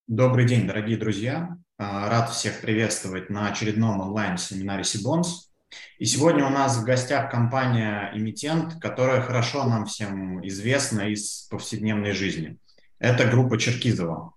Добрый день, дорогие друзья! Рад всех приветствовать на очередном онлайн-семинаре Сибонс. И сегодня у нас в гостях компания-эмитент, которая хорошо нам всем известна из повседневной жизни. Это группа Черкизово.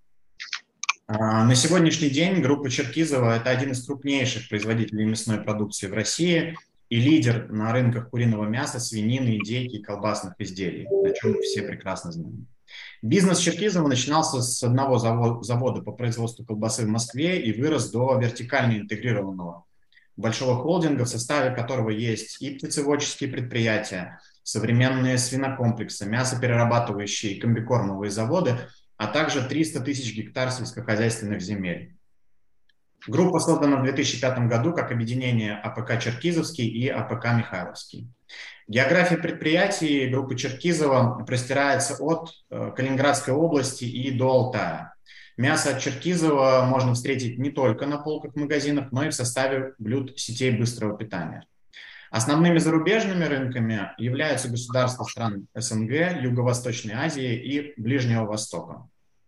На сегодняшний день группа Черкизово – это один из крупнейших производителей мясной продукции в России и лидер на рынках куриного мяса, свинины, индейки и колбасных изделий, о чем мы все прекрасно знаем. Бизнес Черкизова начинался с одного завода по производству колбасы в Москве и вырос до вертикально интегрированного большого холдинга, в составе которого есть и птицеводческие предприятия, современные свинокомплексы, мясоперерабатывающие и комбикормовые заводы, а также 300 тысяч гектар сельскохозяйственных земель. Группа создана в 2005 году как объединение АПК «Черкизовский» и АПК «Михайловский». География предприятий группы Черкизово простирается от Калининградской области и до Алтая. Мясо от Черкизово можно встретить не только на полках магазинов, но и в составе блюд сетей быстрого питания. Основными зарубежными рынками являются государства стран СНГ, Юго-Восточной Азии и Ближнего Востока.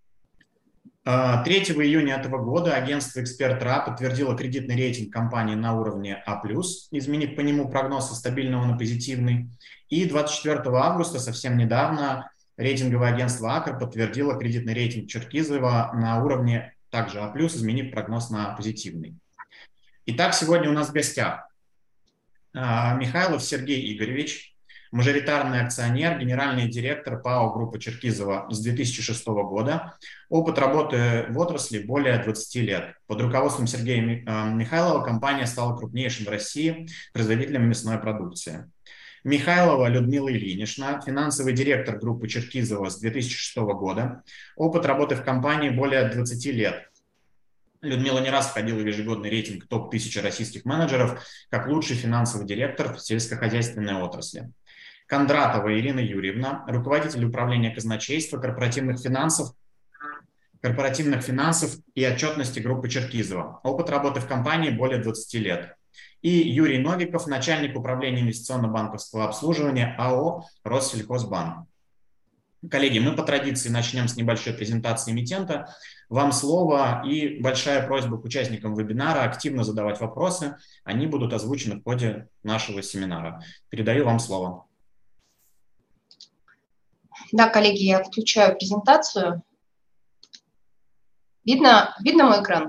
3 июня этого года агентство «Эксперт РА» подтвердило кредитный рейтинг компании на уровне А+, изменив по нему прогноз со стабильного на позитивный. И 24 августа, совсем недавно, рейтинговое агентство «Акр» подтвердило кредитный рейтинг Черкизова на уровне также А+, изменив прогноз на позитивный. Итак, сегодня у нас в гостях Михайлов Сергей Игоревич, мажоритарный акционер, генеральный директор ПАО «Группа Черкизово» с 2006 года. Опыт работы в отрасли более 20 лет. Под руководством Сергея Михайлова компания стала крупнейшим в России производителем мясной продукции. Михайлова Людмила Ильинична, финансовый директор группы Черкизово с 2006 года. Опыт работы в компании более 20 лет. Людмила не раз входила в ежегодный рейтинг топ-1000 российских менеджеров как лучший финансовый директор в сельскохозяйственной отрасли. Кондратова Ирина Юрьевна, руководитель управления казначейства, корпоративных финансов и отчетности группы Черкизово. Опыт работы в компании более 20 лет. И Юрий Новиков, начальник управления инвестиционно-банковского обслуживания АО «Россельхозбанк». Коллеги, мы по традиции начнем с небольшой презентации эмитента. Вам слово и большая просьба к участникам вебинара активно задавать вопросы. Они будут озвучены в ходе нашего семинара. Передаю вам слово. Да, коллеги, я включаю презентацию. Видно мой экран?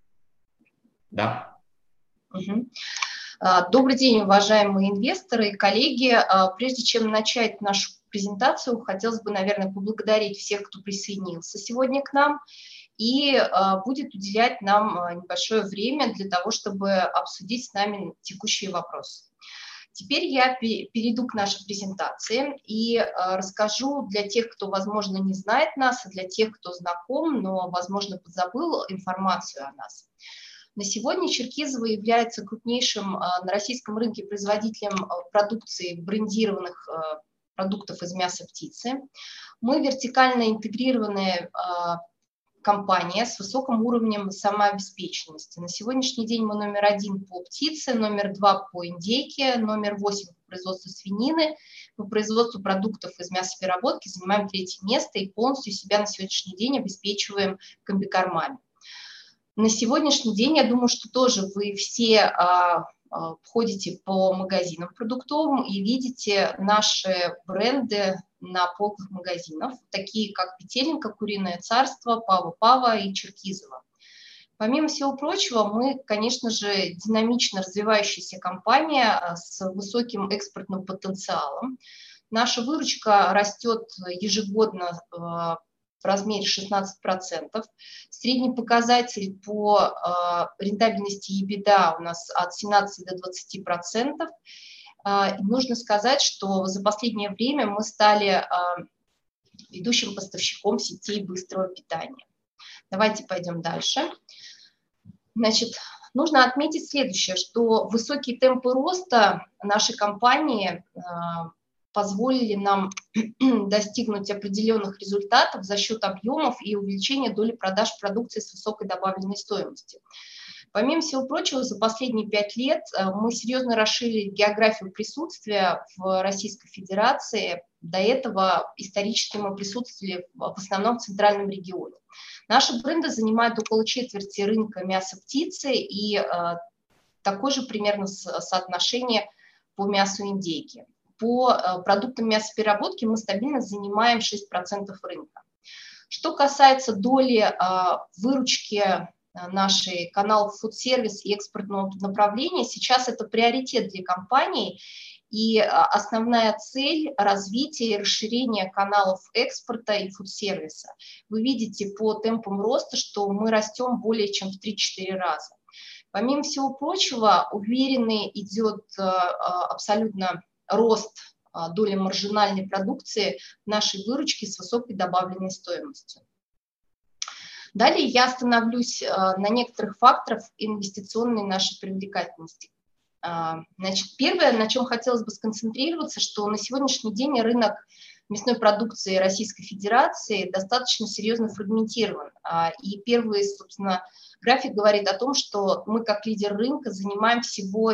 Да. Угу. Добрый день, уважаемые инвесторы и коллеги. Прежде чем начать нашу презентацию, хотелось бы, наверное, поблагодарить всех, кто присоединился сегодня к нам и будет уделять нам небольшое время для того, чтобы обсудить с нами текущие вопросы. Теперь я перейду к нашей презентации и расскажу для тех, кто, возможно, не знает нас, и для тех, кто знаком, но, возможно, подзабыл информацию о нас. На сегодня Черкизово является крупнейшим на российском рынке производителем продукции брендированных продуктов из мяса птицы. Мы вертикально интегрированная компания с высоким уровнем самообеспеченности. На сегодняшний день мы номер 1 по птице, номер 2 по индейке, номер 8 по производству свинины, по производству продуктов из мясопереработки занимаем 3-е место и полностью себя на сегодняшний день обеспечиваем комбикормами. На сегодняшний день, я думаю, что тоже вы все ходите по магазинам продуктовым и видите наши бренды на полках магазинов, такие как Петелинка, Куриное царство, Пава-Пава и Черкизово. Помимо всего прочего, мы, конечно же, динамично развивающаяся компания с высоким экспортным потенциалом. Наша выручка растет ежегодно в размере 16%. Средний показатель по рентабельности EBITDA у нас от 17 до 20%. Нужно сказать, что за последнее время мы стали ведущим поставщиком сетей быстрого питания. Давайте пойдем дальше. Значит, нужно отметить следующее, что высокие темпы роста нашей компании позволили нам достигнуть определенных результатов за счет объемов и увеличения доли продаж продукции с высокой добавленной стоимостью. Помимо всего прочего, за последние 5 лет мы серьезно расширили географию присутствия в Российской Федерации. До этого исторически мы присутствовали в основном в центральном регионе. Наши бренды занимают около четверти рынка мяса птицы и такое же примерно соотношение по мясу индейки. По продуктам мясопереработки мы стабильно занимаем 6% рынка. Что касается доли выручки нашей каналов фудсервис и экспортного направления, сейчас это приоритет для компании, и основная цель развития и расширения каналов экспорта и фудсервиса. Вы видите по темпам роста, что мы растем более чем в 3-4 раза. Помимо всего прочего, уверенный идет абсолютно рост доли маржинальной продукции в нашей выручке с высокой добавленной стоимостью. Далее я остановлюсь на некоторых факторах инвестиционной нашей привлекательности. Значит, первое, на чем хотелось бы сконцентрироваться, что на сегодняшний день рынок мясной продукции Российской Федерации достаточно серьезно фрагментирован. И первый, собственно, график говорит о том, что мы как лидер рынка занимаем всего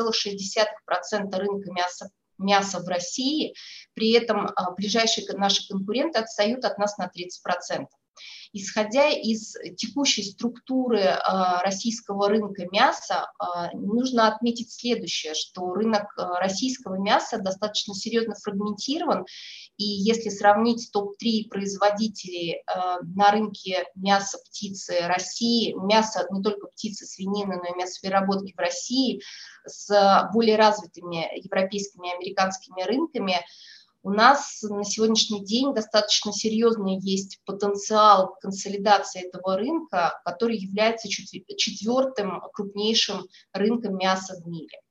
7,6% рынка мяса в России, при этом ближайшие наши конкуренты отстают от нас на 30%. Исходя из текущей структуры российского рынка мяса, нужно отметить следующее, что рынок российского мяса достаточно серьезно фрагментирован, и если сравнить топ-3 производителей на рынке мяса птицы России, мяса не только птицы, свинины, но и мясопереработки в России с более развитыми европейскими и американскими рынками, у нас на сегодняшний день достаточно серьезный есть потенциал консолидации этого рынка, который является четвертым крупнейшим рынком мяса в мире.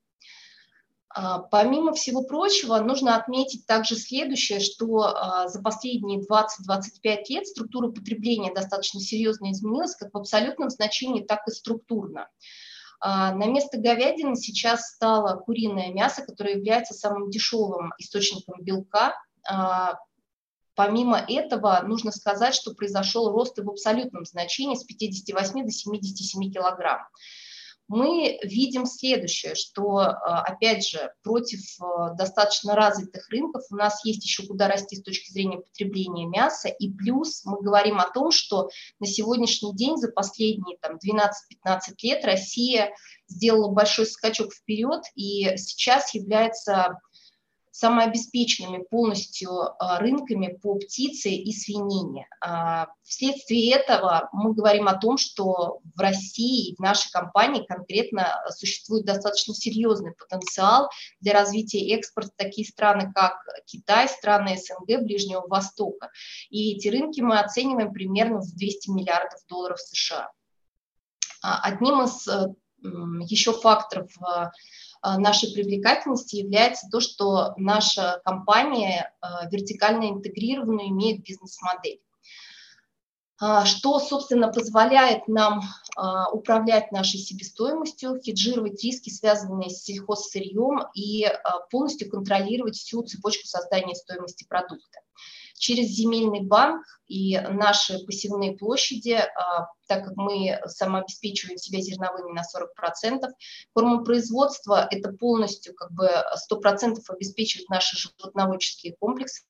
Помимо всего прочего, нужно отметить также следующее, что за последние 20-25 лет структура потребления достаточно серьезно изменилась как в абсолютном значении, так и структурно. На место говядины сейчас стало куриное мясо, которое является самым дешевым источником белка. Помимо этого, нужно сказать, что произошел рост и в абсолютном значении с 58 до 77 килограмм. Мы видим следующее, что, опять же, против достаточно развитых рынков у нас есть еще куда расти с точки зрения потребления мяса, и плюс мы говорим о том, что на сегодняшний день за последние 12-15 лет Россия сделала большой скачок вперед и сейчас является самообеспеченными полностью рынками по птице и свинине. Вследствие этого мы говорим о том, что в России, в нашей компании конкретно существует достаточно серьезный потенциал для развития экспорта в такие страны, как Китай, страны СНГ, Ближнего Востока. И эти рынки мы оцениваем примерно в 200 миллиардов долларов США. Одним из еще факторов нашей привлекательности является то, что наша компания вертикально интегрированную имеет бизнес-модель, что, собственно, позволяет нам управлять нашей себестоимостью, хеджировать риски, связанные с сельхозсырьем, и полностью контролировать всю цепочку создания стоимости продукта. Через земельный банк и наши посевные площади, так как мы самообеспечиваем себя зерновыми на 40%, кормопроизводство – это полностью 100% обеспечивает наши животноводческие комплексы.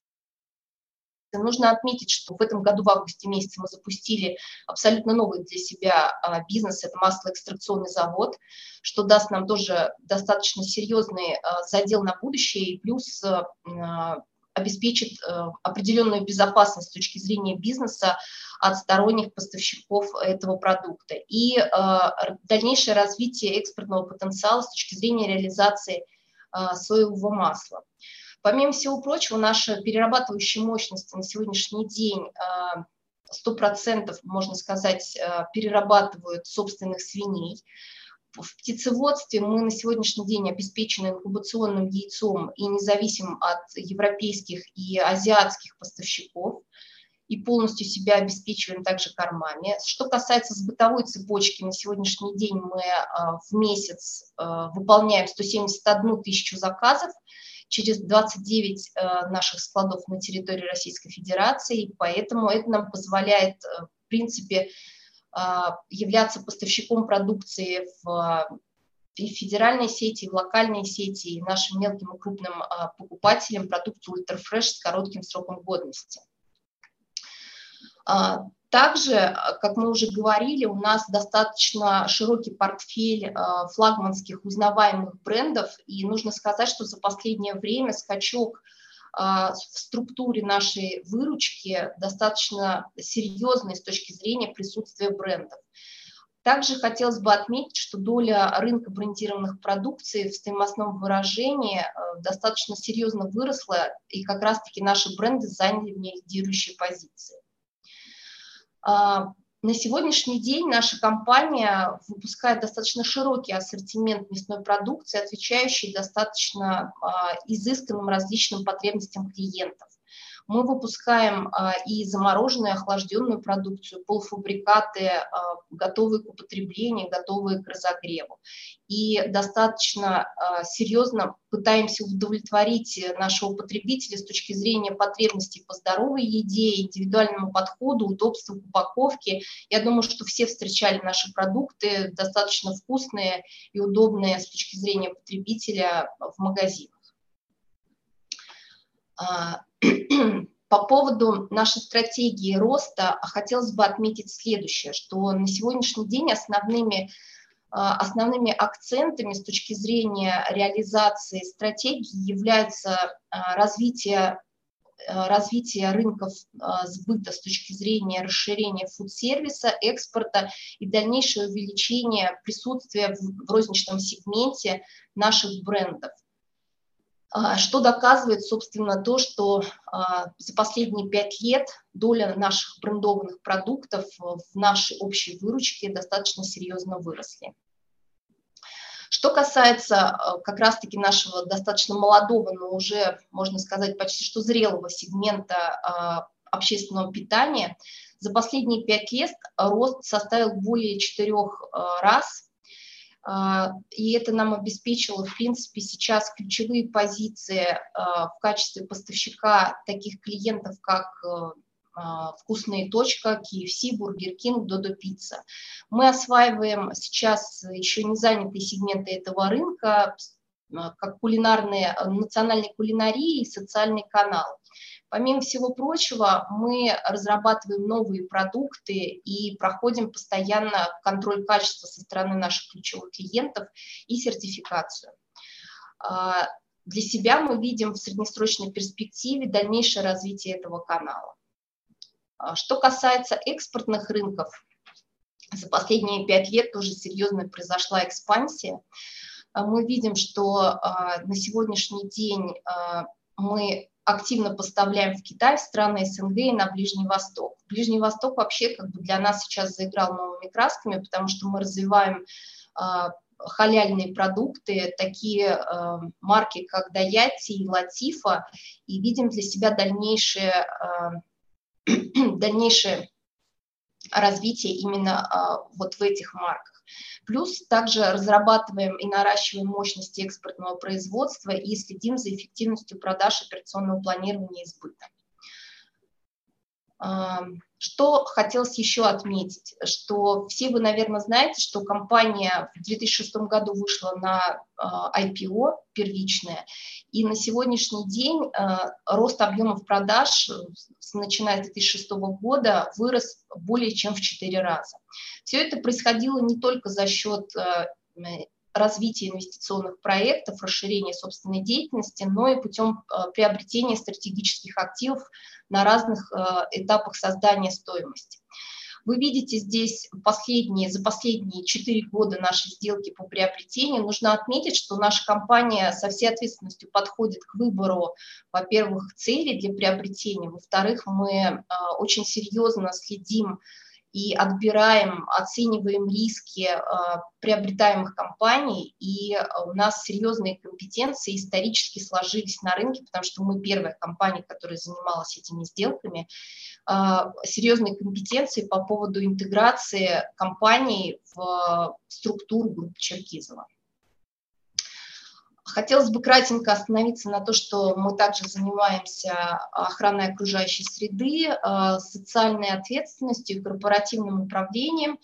Нужно отметить, что в этом году в августе месяце мы запустили абсолютно новый для себя бизнес, это маслоэкстракционный завод, что даст нам тоже достаточно серьезный задел на будущее и плюс обеспечит определенную безопасность с точки зрения бизнеса от сторонних поставщиков этого продукта и дальнейшее развитие экспортного потенциала с точки зрения реализации соевого масла. Помимо всего прочего, наша перерабатывающая мощность на сегодняшний день 100%, можно сказать, перерабатывают собственных свиней. В птицеводстве мы на сегодняшний день обеспечены инкубационным яйцом и независим от европейских и азиатских поставщиков, и полностью себя обеспечиваем также кормами. Что касается бытовой цепочки, на сегодняшний день мы в месяц выполняем 171 тысячу заказов через 29 наших складов на территории Российской Федерации, поэтому это нам позволяет, в принципе, являться поставщиком продукции в и в федеральной сети, и в локальной сети, и нашим мелким и крупным покупателям продукцию ультрафреш с коротким сроком годности. Также, как мы уже говорили, у нас достаточно широкий портфель флагманских узнаваемых брендов, и нужно сказать, что за последнее время скачок в структуре нашей выручки достаточно серьезный с точки зрения присутствия брендов. Также хотелось бы отметить, что доля рынка брендированных продукций в стоимостном выражении достаточно серьезно выросла, и как раз-таки наши бренды заняли в ней лидирующие позиции. На сегодняшний день наша компания выпускает достаточно широкий ассортимент мясной продукции, отвечающий достаточно изысканным различным потребностям клиентов. Мы выпускаем и замороженную, и охлажденную продукцию, полуфабрикаты, готовые к употреблению, готовые к разогреву. И достаточно серьезно пытаемся удовлетворить нашего потребителя с точки зрения потребностей по здоровой еде, индивидуальному подходу, удобству упаковки. Я думаю, что все встречали наши продукты, достаточно вкусные и удобные с точки зрения потребителя в магазинах. По поводу нашей стратегии роста хотелось бы отметить следующее, что на сегодняшний день основными акцентами с точки зрения реализации стратегии является развитие рынков сбыта с точки зрения расширения фуд-сервиса, экспорта и дальнейшее увеличение присутствия в розничном сегменте наших брендов. Что доказывает, собственно, то, что за последние 5 лет доля наших брендованных продуктов в нашей общей выручке достаточно серьезно выросли. Что касается как раз-таки нашего достаточно молодого, но уже, можно сказать, почти что зрелого сегмента общественного питания, за последние 5 лет рост составил более 4 раз. И это нам обеспечило, в принципе, сейчас ключевые позиции в качестве поставщика таких клиентов, как «Вкусная точка», KFC, Burger King, Dodo Pizza. Мы осваиваем сейчас еще не занятые сегменты этого рынка, как национальной кулинарии и социальный канал. Помимо всего прочего, мы разрабатываем новые продукты и проходим постоянно контроль качества со стороны наших ключевых клиентов и сертификацию. Для себя мы видим в среднесрочной перспективе дальнейшее развитие этого канала. Что касается экспортных рынков, за последние 5 лет тоже серьезно произошла экспансия. Мы видим, что на сегодняшний день мы активно поставляем в Китай, в страны СНГ и на Ближний Восток. Ближний Восток вообще для нас сейчас заиграл новыми красками, потому что мы развиваем халяльные продукты, такие марки, как Даяти и Латифа, и видим для себя дальнейшее развитие именно вот в этих марках. Плюс также разрабатываем и наращиваем мощности экспортного производства и следим за эффективностью продаж, операционного планирования и сбыта. Что хотелось еще отметить, что все вы, наверное, знаете, что компания в 2006 году вышла на IPO первичное, и на сегодняшний день рост объемов продаж, начиная с 2006 года, вырос более чем в 4 раза. Все это происходило не только за счет развития инвестиционных проектов, расширения собственной деятельности, но и путем приобретения стратегических активов на разных этапах создания стоимости. Вы видите здесь за последние 4 года наши сделки по приобретению. Нужно отметить, что наша компания со всей ответственностью подходит к выбору, во-первых, целей для приобретения, во-вторых, мы очень серьезно следим и оцениваем риски приобретаемых компаний, и у нас серьезные компетенции исторически сложились на рынке, потому что мы первая компания, которая занималась этими сделками, серьезные компетенции по поводу интеграции компаний в структуру группы Черкизова. Хотелось бы кратенько остановиться на то, что мы также занимаемся охраной окружающей среды, социальной ответственностью и корпоративным управлением.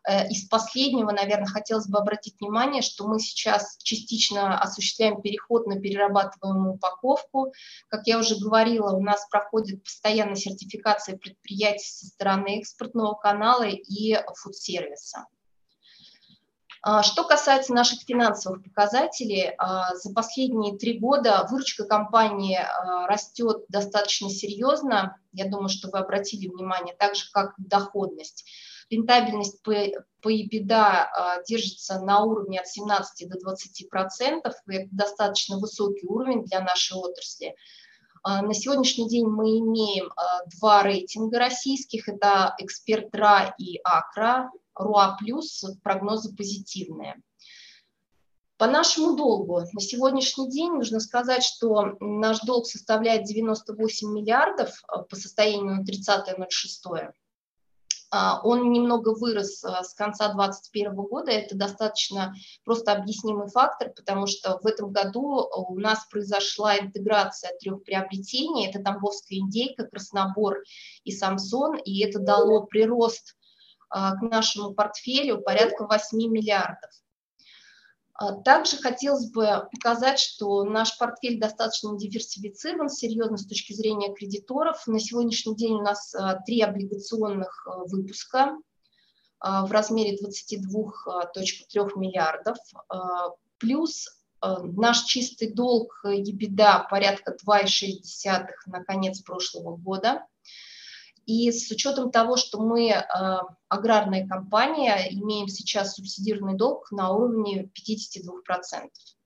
Из последнего, наверное, хотелось бы обратить внимание, что мы сейчас частично осуществляем переход на перерабатываемую упаковку. Как я уже говорила, у нас проходит постоянная сертификация предприятий со стороны экспортного канала и фудсервиса. Что касается наших финансовых показателей, за последние 3 года выручка компании растет достаточно серьезно. Я думаю, что вы обратили внимание, так же как и доходность. Рентабельность по EBITDA держится на уровне от 17 до 20%. Это достаточно высокий уровень для нашей отрасли. На сегодняшний день мы имеем 2 рейтинга российских. Это Эксперт.РА и АКРА. РУА+, прогнозы позитивные. По нашему долгу на сегодняшний день нужно сказать, что наш долг составляет 98 миллиардов по состоянию на 30.06. Он немного вырос с конца 2021 года. Это достаточно просто объяснимый фактор, потому что в этом году у нас произошла интеграция 3 приобретений. Это Тамбовская индейка, Краснобор и Самсон. И это дало прирост к нашему портфелю порядка 8 миллиардов. Также хотелось бы показать, что наш портфель достаточно диверсифицирован, серьезно с точки зрения кредиторов. На сегодняшний день у нас 3 облигационных выпуска в размере 22,3 миллиардов. Плюс наш чистый долг EBITDA порядка 2,6 на конец прошлого года. И с учетом того, что мы аграрная компания, имеем сейчас субсидированный долг на уровне 52%.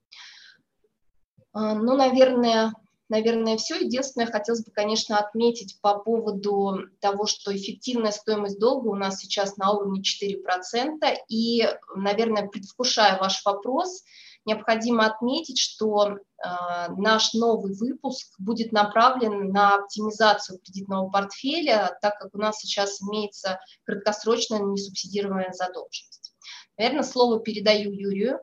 Ну, наверное, все. Единственное, хотелось бы, конечно, отметить по поводу того, что эффективная стоимость долга у нас сейчас на уровне 4%. И, наверное, предвкушая ваш вопрос, необходимо отметить, что наш новый выпуск будет направлен на оптимизацию кредитного портфеля, так как у нас сейчас имеется краткосрочная несубсидируемая задолженность. Наверное, слово передаю Юрию.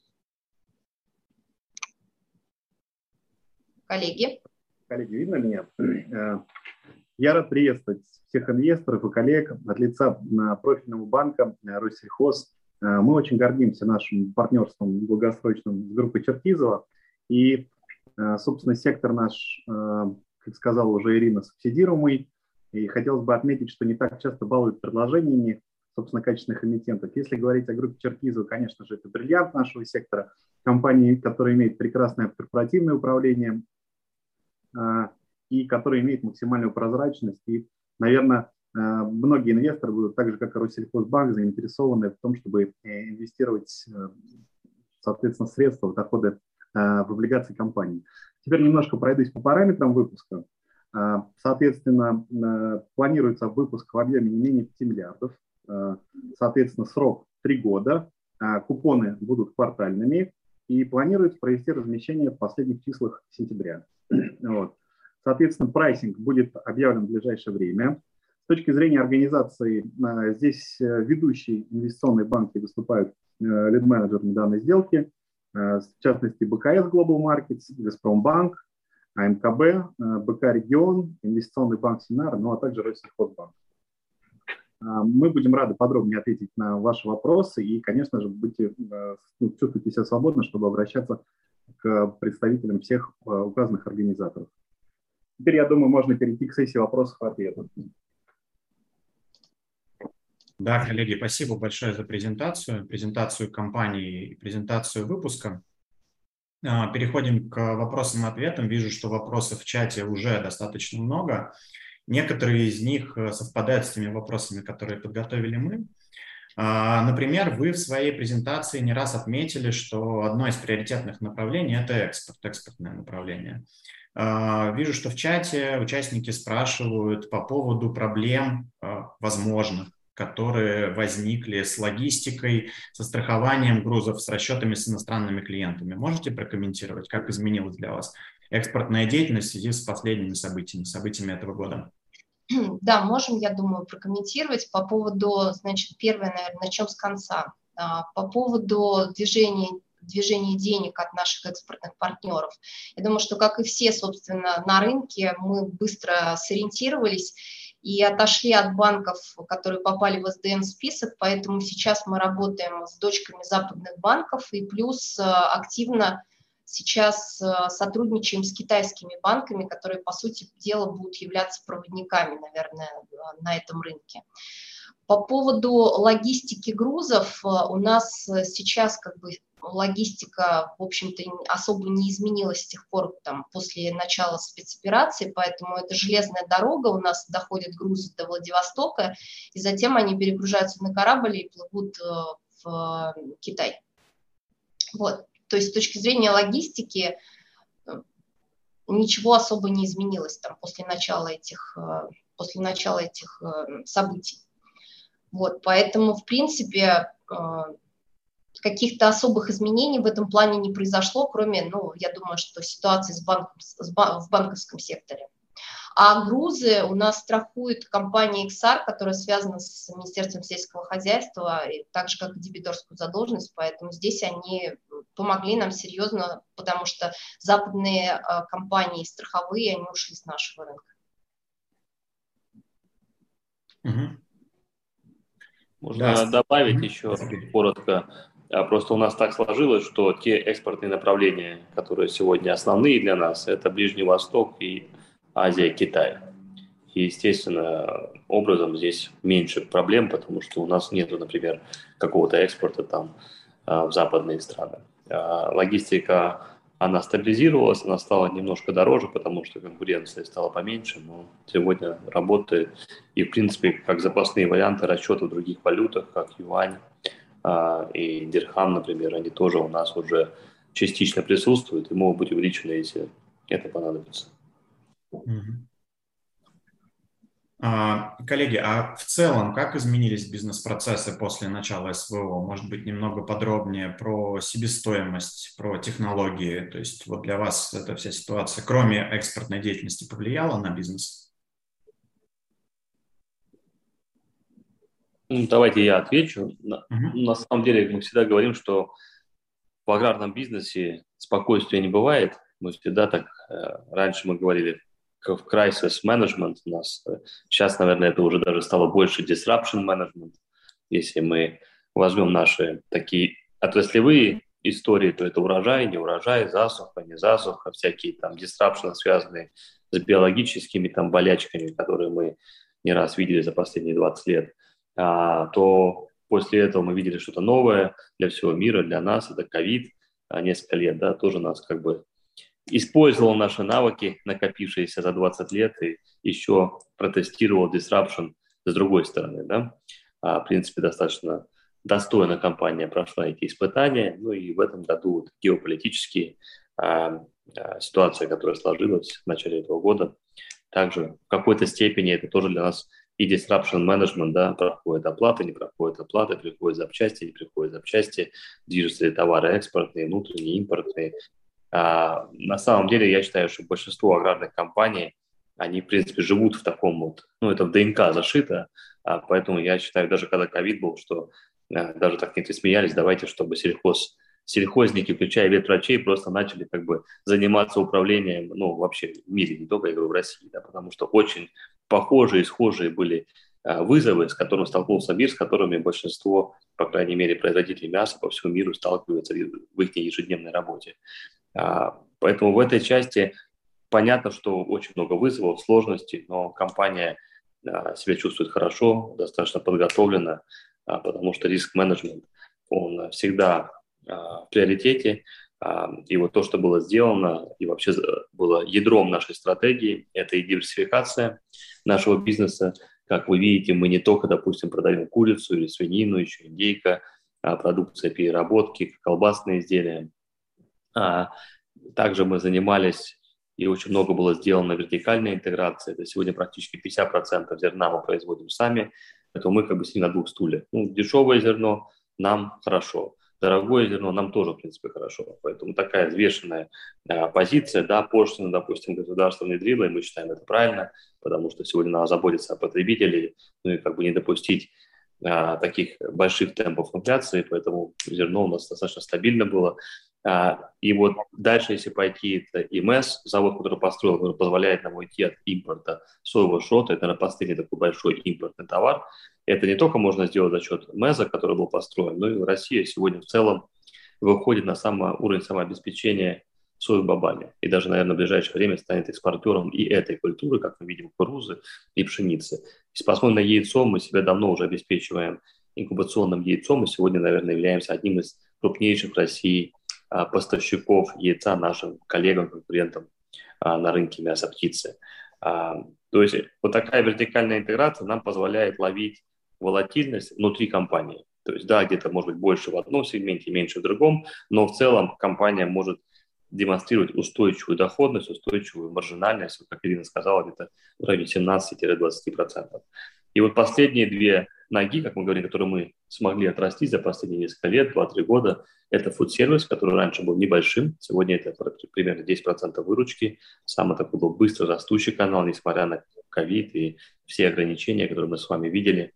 Коллеги. Коллеги, видно меня? Я рад приветствовать всех инвесторов и коллег от лица профильного банка Россельхоз. Мы очень гордимся нашим партнерством долгосрочным с группой Черкизова. И, собственно, сектор наш, как сказала уже Ирина, субсидируемый. И хотелось бы отметить, что не так часто балуют предложениями, собственно, качественных эмитентов. Если говорить о группе Черкизова, конечно же, это бриллиант нашего сектора, компании, которая имеет прекрасное корпоративное управление и которая имеет максимальную прозрачность. И, наверное, многие инвесторы будут, так же, как и Россельхозбанк, заинтересованы в том, чтобы инвестировать, соответственно, средства, доходы в облигации компании. Теперь немножко пройдусь по параметрам выпуска. Соответственно, планируется выпуск в объеме не менее 5 миллиардов. Соответственно, срок 3 года. Купоны будут квартальными. И планируется провести размещение в последних числах сентября. Вот. Соответственно, прайсинг будет объявлен в ближайшее время. С точки зрения организации, здесь ведущие инвестиционные банки выступают лид-менеджерами данной сделки, в частности, БКС Global Markets, Газпромбанк, АМКБ, БК Регион, Инвестиционный банк Синар, ну а также Россельхозбанк. Мы будем рады подробнее ответить на ваши вопросы и, конечно же, чувствуйте себя свободно, чтобы обращаться к представителям всех указанных организаторов. Теперь, я думаю, можно перейти к сессии вопросов и ответов. Да, коллеги, спасибо большое за презентацию компании и презентацию выпуска. Переходим к вопросам и ответам. Вижу, что вопросов в чате уже достаточно много. Некоторые из них совпадают с теми вопросами, которые подготовили мы. Например, вы в своей презентации не раз отметили, что одно из приоритетных направлений – это экспортное направление. Вижу, что в чате участники спрашивают по поводу проблем возможных, которые возникли с логистикой, со страхованием грузов, с расчетами с иностранными клиентами. Можете прокомментировать, как изменилась для вас экспортная деятельность в связи с последними событиями этого года? Да, можем, я думаю, прокомментировать по поводу, значит, первое, наверное, начнем с конца. По поводу движения денег от наших экспортных партнеров. Я думаю, что, как и все, собственно, на рынке, мы быстро сориентировались и отошли от банков, которые попали в СДН-список, поэтому сейчас мы работаем с дочками западных банков и плюс активно сейчас сотрудничаем с китайскими банками, которые, по сути дела, будут являться проводниками, наверное, на этом рынке. По поводу логистики грузов, у нас сейчас как бы логистика, в общем-то, особо не изменилась с тех пор, там, после начала спецоперации, поэтому это железная дорога, у нас доходят грузы до Владивостока, и затем они перегружаются на корабль и плывут в Китай. Вот. То есть с точки зрения логистики ничего особо не изменилось там, после начала этих событий. Вот, поэтому, в принципе, каких-то особых изменений в этом плане не произошло, кроме, ну, я думаю, что ситуации в банковском секторе. А грузы у нас страхует компания XR, которая связана с Министерством сельского хозяйства, так же, как и дебиторскую задолженность, поэтому здесь они помогли нам серьезно, потому что западные компании страховые, они ушли с нашего рынка. Угу. Можно добавить еще коротко. Просто у нас так сложилось, что те экспортные направления, которые сегодня основные для нас, это Ближний Восток и Азия, Китай. И, естественно, образом здесь меньше проблем, потому что у нас нет, например, какого-то экспорта там в западные страны. Логистика, она стабилизировалась, она стала немножко дороже, потому что конкуренция стала поменьше, но сегодня работает. И, в принципе, как запасные варианты расчета в других валютах, как юань и дирхам, например, они тоже у нас уже частично присутствуют и могут быть увеличены, если это понадобится. Коллеги, а в целом как изменились бизнес-процессы после начала СВО? Может быть, немного подробнее про себестоимость, про технологии? То есть вот для вас эта вся ситуация, кроме экспортной деятельности, повлияла на бизнес? Давайте я отвечу. На самом деле мы всегда говорим, что в аграрном бизнесе спокойствия не бывает. Мы всегда так, раньше мы говорили, в crisis management у нас. Сейчас, наверное, это уже даже стало больше disruption management. Если мы возьмем наши такие отраслевые истории, то это урожай, не урожай, засуха, не засуха, всякие там disruption, связанные с биологическими там болячками, которые мы не раз видели за последние 20 лет, то после этого мы видели что-то новое для всего мира, для нас, это ковид, несколько лет, да, тоже нас как бы использовал наши навыки, накопившиеся за 20 лет, и еще протестировал disruption с другой стороны. Да? В принципе, достаточно достойно компания прошла эти испытания. Ну и в этом году вот геополитические ситуация, которая сложилась в начале этого года, также в какой-то степени это тоже для нас и disruption management, да, проходит оплата, не проходит оплата, приходят запчасти, не приходят запчасти, движутся ли товары экспортные, внутренние, импортные. На самом деле, я считаю, что большинство аграрных компаний, они, в принципе, живут в таком вот, ну, это в ДНК зашито, поэтому я считаю, даже когда ковид был, что даже так некоторые смеялись, давайте, чтобы сельхозники, включая ветврачей, просто начали как бы заниматься управлением, ну, вообще в мире, не только, я говорю, в России, да, потому что очень похожие и схожие были вызовы, с которыми столкнулся мир, с которыми большинство, по крайней мере, производителей мяса по всему миру сталкиваются в их ежедневной работе. Поэтому в этой части понятно, что очень много вызовов, сложностей, но компания себя чувствует хорошо, достаточно подготовлена, потому что риск-менеджмент, он всегда в приоритете. И вот то, что было сделано и вообще было ядром нашей стратегии, это и диверсификация нашего бизнеса. Как вы видите, мы не только, допустим, продаем курицу или свинину, еще индейка, продукция переработки, колбасные изделия. Также мы занимались, и очень много было сделано вертикальной интеграции. Это сегодня практически 50% зерна мы производим сами. Поэтому мы как бы сидим на двух стульях. Ну, дешевое зерно нам хорошо. Дорогое зерно нам тоже, в принципе, хорошо. Поэтому такая взвешенная позиция, да, пошлина, допустим, государство внедрило, и мы считаем это правильно, потому что сегодня надо заботиться о потребителе, ну и как бы не допустить таких больших темпов инфляции, поэтому зерно у нас достаточно стабильно было. И вот дальше, если пойти, это ИМС, завод, который построил, который позволяет нам уйти от импорта соевого шрота, это, наверное, последний такой большой импортный товар. Это не только можно сделать за счет МЭЗа, который был построен, но и Россия сегодня в целом выходит на уровень самообеспечения соевой бобами. И даже, наверное, в ближайшее время станет экспортером и этой культуры, как мы видим, кукурузы и пшеницы. Если посмотрим на яйцо, мы себя давно уже обеспечиваем инкубационным яйцом, и сегодня, наверное, являемся одним из крупнейших в России поставщиков яйца нашим коллегам, конкурентам на рынке мяса птицы. То есть вот такая вертикальная интеграция нам позволяет ловить волатильность внутри компании. То есть, да, где-то может быть больше в одном сегменте, меньше в другом, но в целом компания может демонстрировать устойчивую доходность, устойчивую маржинальность, как Ирина сказала, где-то в районе 17-20%. И вот последние две ноги, как мы говорим, которые мы смогли отрастить за последние несколько лет, 2-3 года, это фуд-сервис, который раньше был небольшим, сегодня это примерно 10% выручки, самый такой был быстро растущий канал, несмотря на ковид и все ограничения, которые мы с вами видели.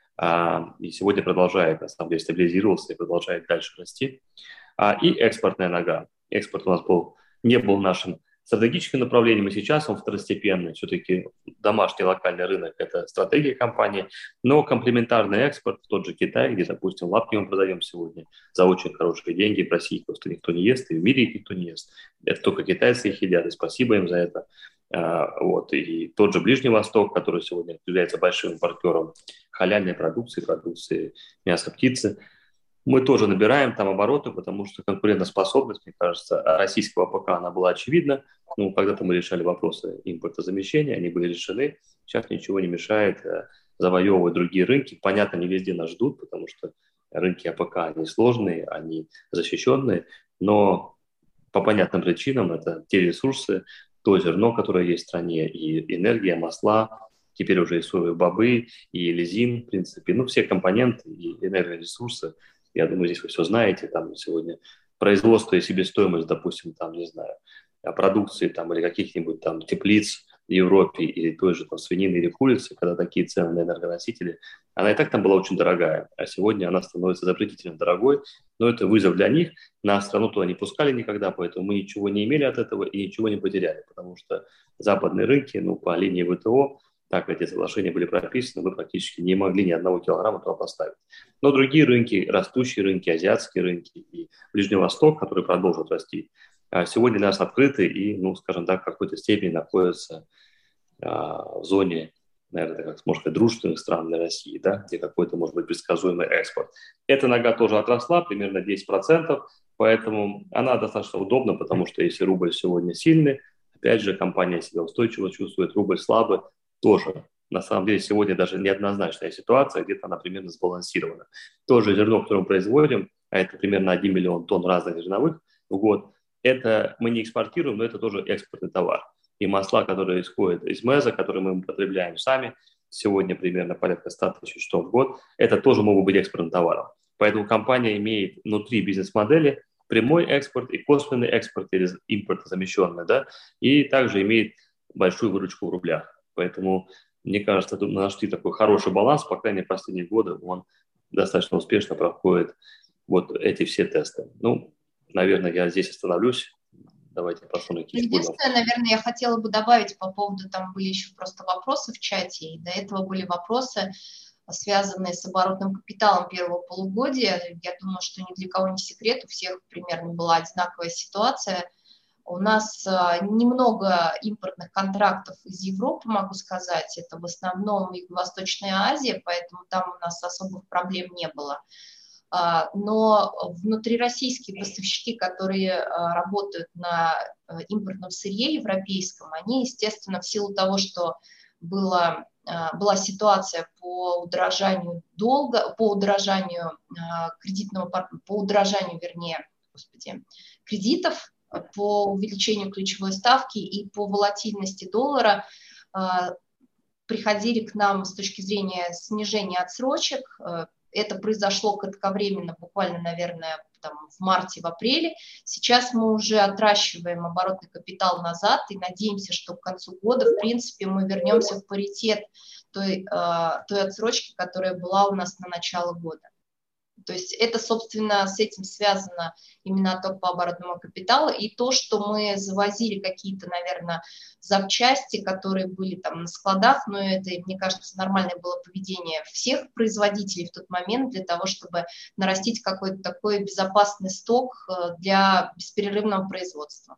И сегодня продолжает, на самом деле, стабилизироваться и продолжает дальше расти. И экспортная нога. Экспорт у нас не был нашим стратегическим направлением, и сейчас он второстепенный. Все-таки домашний локальный рынок – это стратегия компании, но комплементарный экспорт в тот же Китай, где, допустим, лапки мы продаем сегодня за очень хорошие деньги, в России просто никто не ест, и в мире их никто не ест. Это только китайцы их едят, и спасибо им за это. Вот. И тот же Ближний Восток, который сегодня является большим импортером халяльной продукции мяса птицы, мы тоже набираем там обороты, потому что конкурентоспособность, мне кажется, российского АПК, она была очевидна. Ну, когда-то мы решали вопросы импортозамещения, они были решены. Сейчас ничего не мешает завоевывать другие рынки. Понятно, не везде нас ждут, потому что рынки АПК, они сложные, они защищенные, но по понятным причинам это те ресурсы, то зерно, которое есть в стране, и энергия, масла, теперь уже и соевые бобы, и лизин, в принципе, ну, все компоненты и энергоресурсы. Я думаю, здесь вы все знаете, там сегодня производство и себестоимость, допустим, там, не знаю, продукции там или каких-нибудь там теплиц в Европе или той же там свинины или курицы, когда такие цены на энергоносители, она и так там была очень дорогая, а сегодня она становится запретительно дорогой, но это вызов для них, нас страну туда не пускали никогда, поэтому мы ничего не имели от этого и ничего не потеряли, потому что западные рынки, ну, по линии ВТО, так эти соглашения были прописаны, мы практически не могли ни одного килограмма туда поставить. Но другие рынки, растущие рынки, азиатские рынки и Ближний Восток, которые продолжат расти, сегодня для нас открыты и, ну, скажем так, в какой-то степени находятся в зоне, наверное, как можно сказать, дружественных стран для России, да, где какой-то, может быть, предсказуемый экспорт. Эта нога тоже отросла, примерно 10%, поэтому она достаточно удобна, потому что если рубль сегодня сильный, опять же, компания себя устойчиво чувствует, рубль слабый, тоже. На самом деле сегодня даже неоднозначная ситуация, где-то она примерно сбалансирована. То же зерно, которое мы производим, а это примерно 1 миллион тонн разных зерновых в год, это мы не экспортируем, но это тоже экспортный товар. И масла, которые исходят из МЭЗа, которые мы потребляем сами, сегодня примерно порядка 100 тысяч тонн в год, это тоже могут быть экспортным товаром. Поэтому компания имеет внутри бизнес-модели прямой экспорт и косвенный экспорт или импортозамещенный, да, и также имеет большую выручку в рублях. Поэтому, мне кажется, мы нашли такой хороший баланс, по крайней мере, последние годы он достаточно успешно проходит вот эти все тесты. Ну, наверное, я здесь остановлюсь. Давайте посмотрим какие-то. Единственное, наверное, я хотела бы добавить по поводу, там были еще просто вопросы в чате, и до этого были вопросы, связанные с оборотным капиталом первого полугодия. Я думаю, что ни для кого не секрет, у всех примерно была одинаковая ситуация. У нас немного импортных контрактов из Европы, могу сказать, это в основном Юго-Восточная Азия, поэтому там у нас особых проблем не было. Но внутрироссийские поставщики, которые работают на импортном сырье европейском, они, естественно, в силу того, что была ситуация по удорожанию долга, по удорожанию кредитов, по увеличению ключевой ставки и по волатильности доллара, приходили к нам с точки зрения снижения отсрочек. Это произошло кратковременно, буквально, наверное, там, в марте, в апреле. Сейчас мы уже отращиваем оборотный капитал назад и надеемся, что к концу года, в принципе, мы вернемся в паритет той отсрочки, которая была у нас на начало года. То есть это, собственно, с этим связано именно отток по оборотному капиталу. И то, что мы завозили какие-то, наверное, запчасти, которые были там на складах, но это, мне кажется, нормальное было поведение всех производителей в тот момент для того, чтобы нарастить какой-то такой безопасный сток для бесперерывного производства.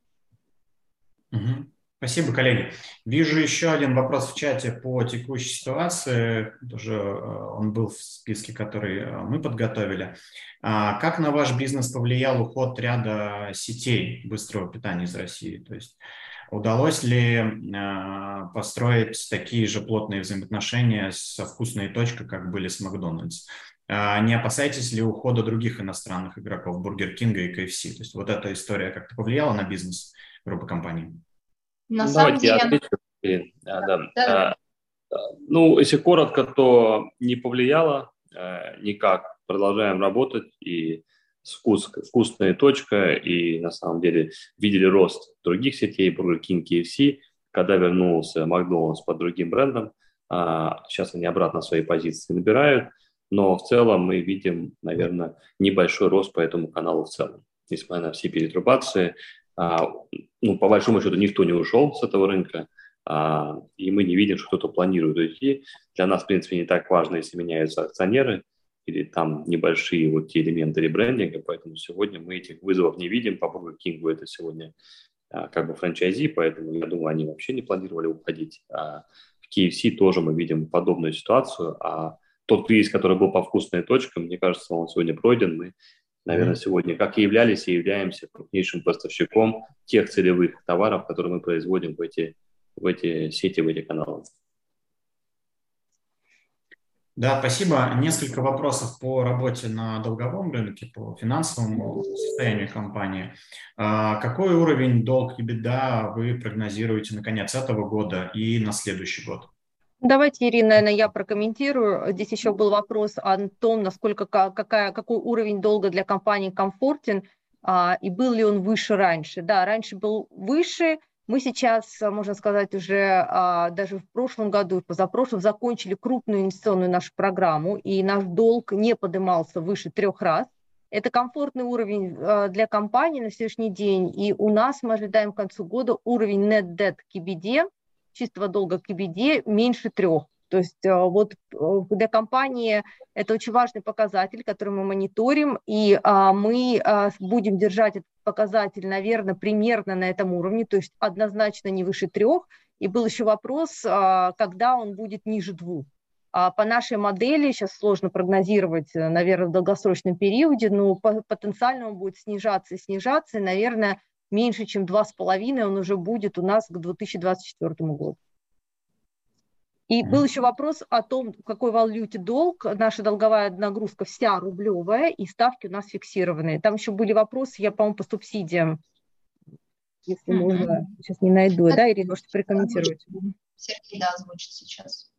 Спасибо, коллеги. Вижу еще один вопрос в чате по текущей ситуации. Тоже он был в списке, который мы подготовили. Как на ваш бизнес повлиял уход ряда сетей быстрого питания из России? То есть удалось ли построить такие же плотные взаимоотношения со «Вкусной точкой», как были с «Макдональдс»? Не опасаетесь ли ухода других иностранных игроков, Бургер Кинга и KFC? То есть вот эта история как-то повлияла на бизнес группы компаний? На самом деле... Я отвечу. Ну, если коротко, то не повлияло никак. Продолжаем работать, и «Вкусная точка», и на самом деле видели рост других сетей, Burger King, KFC, когда вернулся Макдональдс под другим брендом. Сейчас они обратно свои позиции набирают, но в целом мы видим, наверное, небольшой рост по этому каналу в целом, несмотря на все перетрубации. Ну, по большому счету, никто не ушел с этого рынка, и мы не видим, что кто-то планирует уйти. Для нас, в принципе, не так важно, если меняются акционеры или там небольшие вот те элементы ребрендинга, поэтому сегодня мы этих вызовов не видим. По Burger King это сегодня как бы франчайзи, поэтому, я думаю, они вообще не планировали уходить. В KFC тоже мы видим подобную ситуацию, а тот кризис, который был по «Вкусной точке», мне кажется, он сегодня пройден. Мы, наверное, сегодня, как и являлись, и являемся крупнейшим поставщиком тех целевых товаров, которые мы производим в эти сети, в эти каналы. Да, спасибо. Несколько вопросов по работе на долговом рынке, по финансовому состоянию компании. Какой уровень долг и беда вы прогнозируете на конец этого года и на следующий год? Давайте, Ирина, наверное, я прокомментирую. Здесь еще был вопрос о том, насколько, какой уровень долга для компании комфортен, и был ли он выше раньше. Да, раньше был выше. Мы сейчас, можно сказать, уже даже в прошлом году и позапрошлом закончили крупную инвестиционную нашу программу, и наш долг не поднимался выше 3 раз. Это комфортный уровень для компании на сегодняшний день, и у нас мы ожидаем к концу года уровень net debt к EBITDA, чистого долга к EBITDA, меньше 3. То есть вот для компании это очень важный показатель, который мы мониторим, и мы будем держать этот показатель, наверное, примерно на этом уровне, то есть однозначно не выше 3. И был еще вопрос, когда он будет ниже 2. По нашей модели сейчас сложно прогнозировать, наверное, в долгосрочном периоде, но потенциально он будет снижаться, и, наверное, меньше, чем 2,5 он уже будет у нас к 2024 году. И был еще вопрос о том, в какой валюте долг. Наша долговая нагрузка вся рублевая, и ставки у нас фиксированные. Там еще были вопросы, я, по-моему, по субсидиям, если можно, сейчас не найду. Да, Ирина, можете прокомментировать? Сергей, да, озвучит сейчас.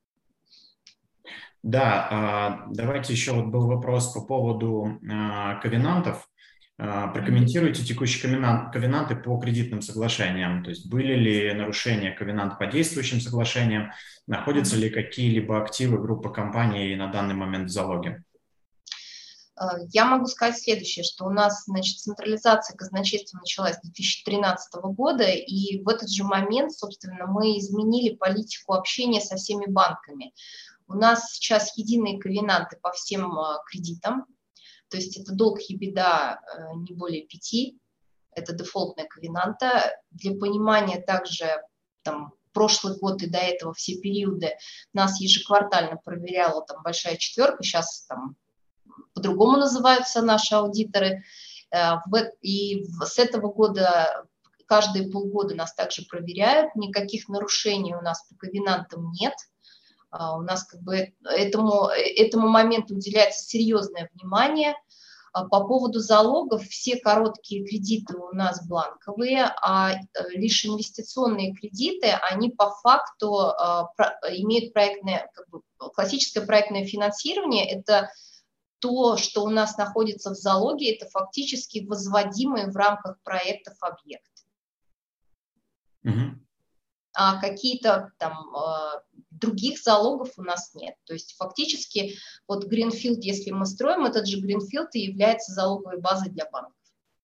Да, давайте еще вот был вопрос по поводу ковенантов. Прокомментируйте текущие ковенанты по кредитным соглашениям. То есть были ли нарушения ковенант по действующим соглашениям, находятся ли какие-либо активы группы компаний на данный момент в залоге? Я могу сказать следующее, что у нас, значит, централизация казначейства началась с 2013 года, и в этот же момент, собственно, мы изменили политику общения со всеми банками. У нас сейчас единые ковенанты по всем кредитам. То есть это долг и беда не более 5, это дефолтная ковенанта. Для понимания также там, прошлый год и до этого все периоды нас ежеквартально проверяла там большая четверка, сейчас там по-другому называются наши аудиторы. И с этого года каждые полгода нас также проверяют, никаких нарушений у нас по ковенантам нет. У нас как бы этому моменту уделяется серьезное внимание. По поводу залогов, все короткие кредиты у нас бланковые, а лишь инвестиционные кредиты, они по факту имеют проектное, как бы, классическое проектное финансирование. Это то, что у нас находится в залоге, это фактически возводимые в рамках проектов объекты. А какие-то там других залогов у нас нет. То есть фактически вот Greenfield, если мы строим, этот же Greenfield и является залоговой базой для банков.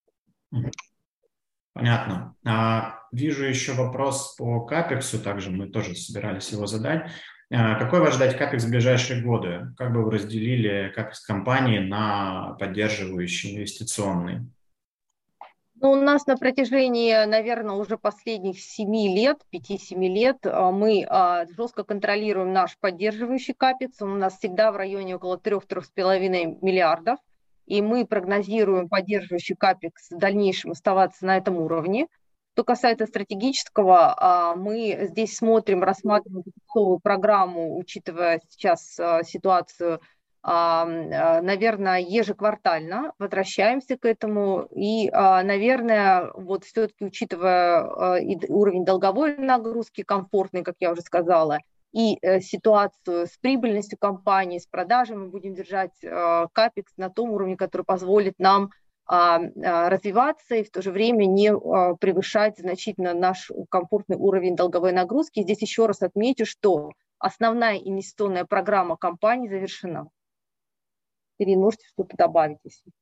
Понятно. Вижу еще вопрос по капексу, также мы тоже собирались его задать. Какой вас ждать капекс в ближайшие годы? Как бы вы разделили капекс компании на поддерживающий, инвестиционный? Ну, у нас на протяжении, наверное, уже последних 7 лет, 5-7 лет мы жестко контролируем наш поддерживающий капекс. Он у нас всегда в районе около 3-3,5 миллиардов. И мы прогнозируем поддерживающий капекс в дальнейшем оставаться на этом уровне. Что касается стратегического, мы здесь смотрим, рассматриваем капексовую программу, учитывая сейчас ситуацию, наверное, ежеквартально возвращаемся к этому. И, наверное, вот все-таки учитывая уровень долговой нагрузки комфортный, как я уже сказала, и ситуацию с прибыльностью компании, с продажей, мы будем держать капекс на том уровне, который позволит нам развиваться и в то же время не превышать значительно наш комфортный уровень долговой нагрузки. Здесь еще раз отмечу, что основная инвестиционная программа компании завершена. Ирина, можете что-то добавить?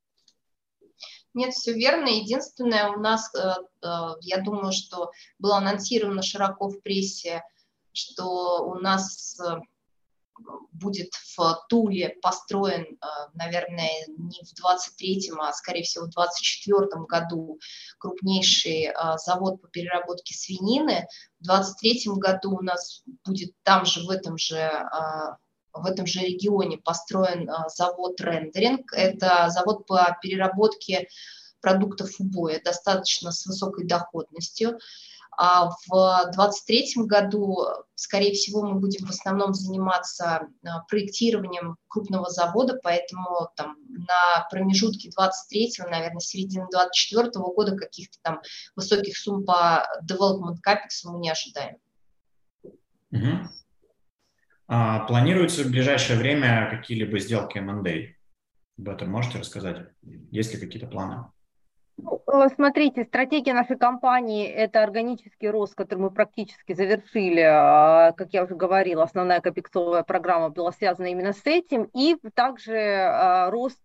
Нет, все верно. Единственное, у нас, я думаю, что было анонсировано широко в прессе, что у нас будет в Туле построен, наверное, не в 23-м, а, скорее всего, в 24-м году крупнейший завод по переработке свинины. В 23-м году у нас будет там же, в этом же регионе построен завод «Рендеринг». Это завод по переработке продуктов убоя, достаточно с высокой доходностью. А в 2023 году, скорее всего, мы будем в основном заниматься проектированием крупного завода, поэтому там, на промежутке 23-го, наверное, середины 24-го года каких-то там высоких сумм по development capex мы не ожидаем. Угу. Планируются в ближайшее время какие-либо сделки M&A? Об этом можете рассказать? Есть ли какие-то планы? Смотрите, стратегия нашей компании – это органический рост, который мы практически завершили. Как я уже говорила, основная капексовая программа была связана именно с этим. И также рост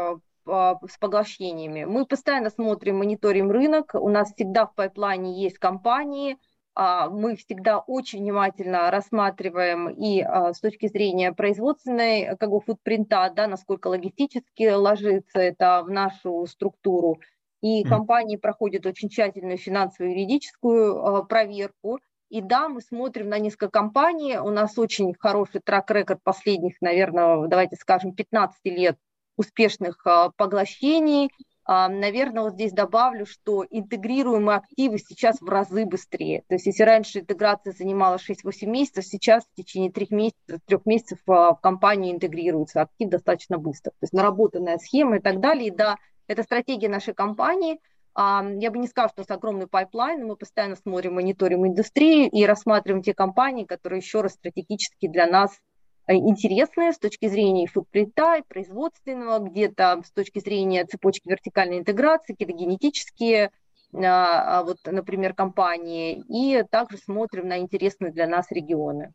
с поглощениями. Мы постоянно смотрим, мониторим рынок. У нас всегда в пайплайне есть компании. Мы всегда очень внимательно рассматриваем и с точки зрения производственной, как бы, футпринта, да, насколько логистически ложится это в нашу структуру. И компании проходят очень тщательную финансовую и юридическую проверку. И да, мы смотрим на несколько компаний. У нас очень хороший трек-рекорд последних, наверное, давайте скажем, 15 лет успешных поглощений. Наверное, вот здесь добавлю, что интегрируемые активы сейчас в разы быстрее. То есть если раньше интеграция занимала 6-8 месяцев, сейчас в течение 3 месяцев в компанию интегрируется актив достаточно быстро. То есть наработанная схема и так далее. И да, это стратегия нашей компании. Я бы не сказала, что у нас огромный пайплайн, но мы постоянно смотрим, мониторим индустрию и рассматриваем те компании, которые еще раз стратегически для нас интересные с точки зрения футпринта, и производственного, где-то с точки зрения цепочки вертикальной интеграции, какие-то генетические, вот, например, компании, и также смотрим на интересные для нас регионы.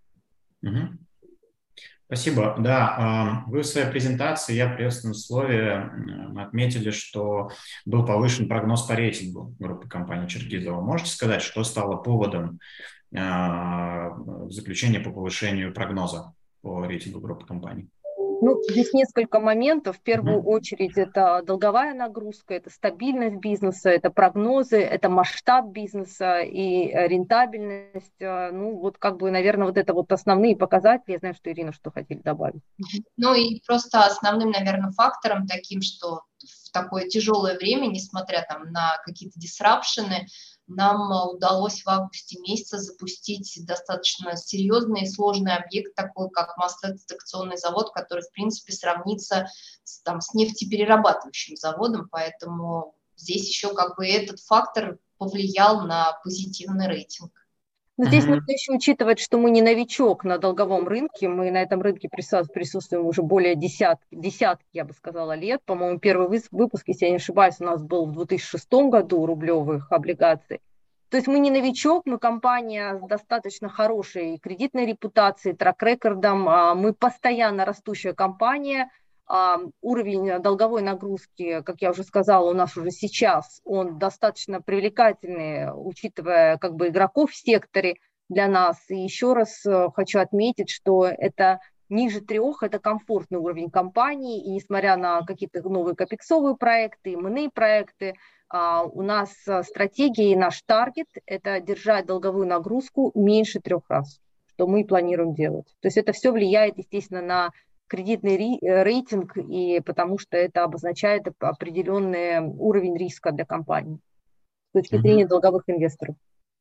Спасибо. Да, вы в своей презентации, я в приветственном слове отметили, что был повышен прогноз по рейтингу группы компании Черкизово. Можете сказать, что стало поводом заключения по повышению прогноза по рейтингу группы компаний? Ну, здесь несколько моментов. В первую очередь это долговая нагрузка, это стабильность бизнеса, это прогнозы, это масштаб бизнеса и рентабельность. Ну, вот как бы, наверное, вот это вот основные показатели. Я знаю, что Ирина что хотели добавить. Ну и просто основным, наверное, фактором таким, что в такое тяжелое время, несмотря там на какие-то дисрапшены, нам удалось в августе месяце запустить достаточно серьезный и сложный объект, такой как маслодетекционный завод, который, в принципе, сравнится с нефтеперерабатывающим заводом, поэтому здесь еще как бы этот фактор повлиял на позитивный рейтинг. Но здесь нужно еще учитывать, что мы не новичок на долговом рынке, мы на этом рынке присутствуем уже более десятки, я бы сказала, лет. По-моему, первый выпуск, если я не ошибаюсь, у нас был в 2006 году рублевых облигаций. То есть мы не новичок, мы компания с достаточно хорошей кредитной репутацией, трек-рекордом, мы постоянно растущая компания, уровень долговой нагрузки, как я уже сказала, у нас уже сейчас, он достаточно привлекательный, учитывая как бы игроков в секторе для нас. И еще раз хочу отметить, что это ниже 3, это комфортный уровень компании, и несмотря на какие-то новые капексовые проекты, M&A проекты, у нас стратегия и наш таргет – это держать долговую нагрузку меньше 3 раз, что мы планируем делать. То есть это все влияет, естественно, на кредитный рейтинг, и потому что это обозначает определенный уровень риска для компании с точки зрения долговых инвесторов.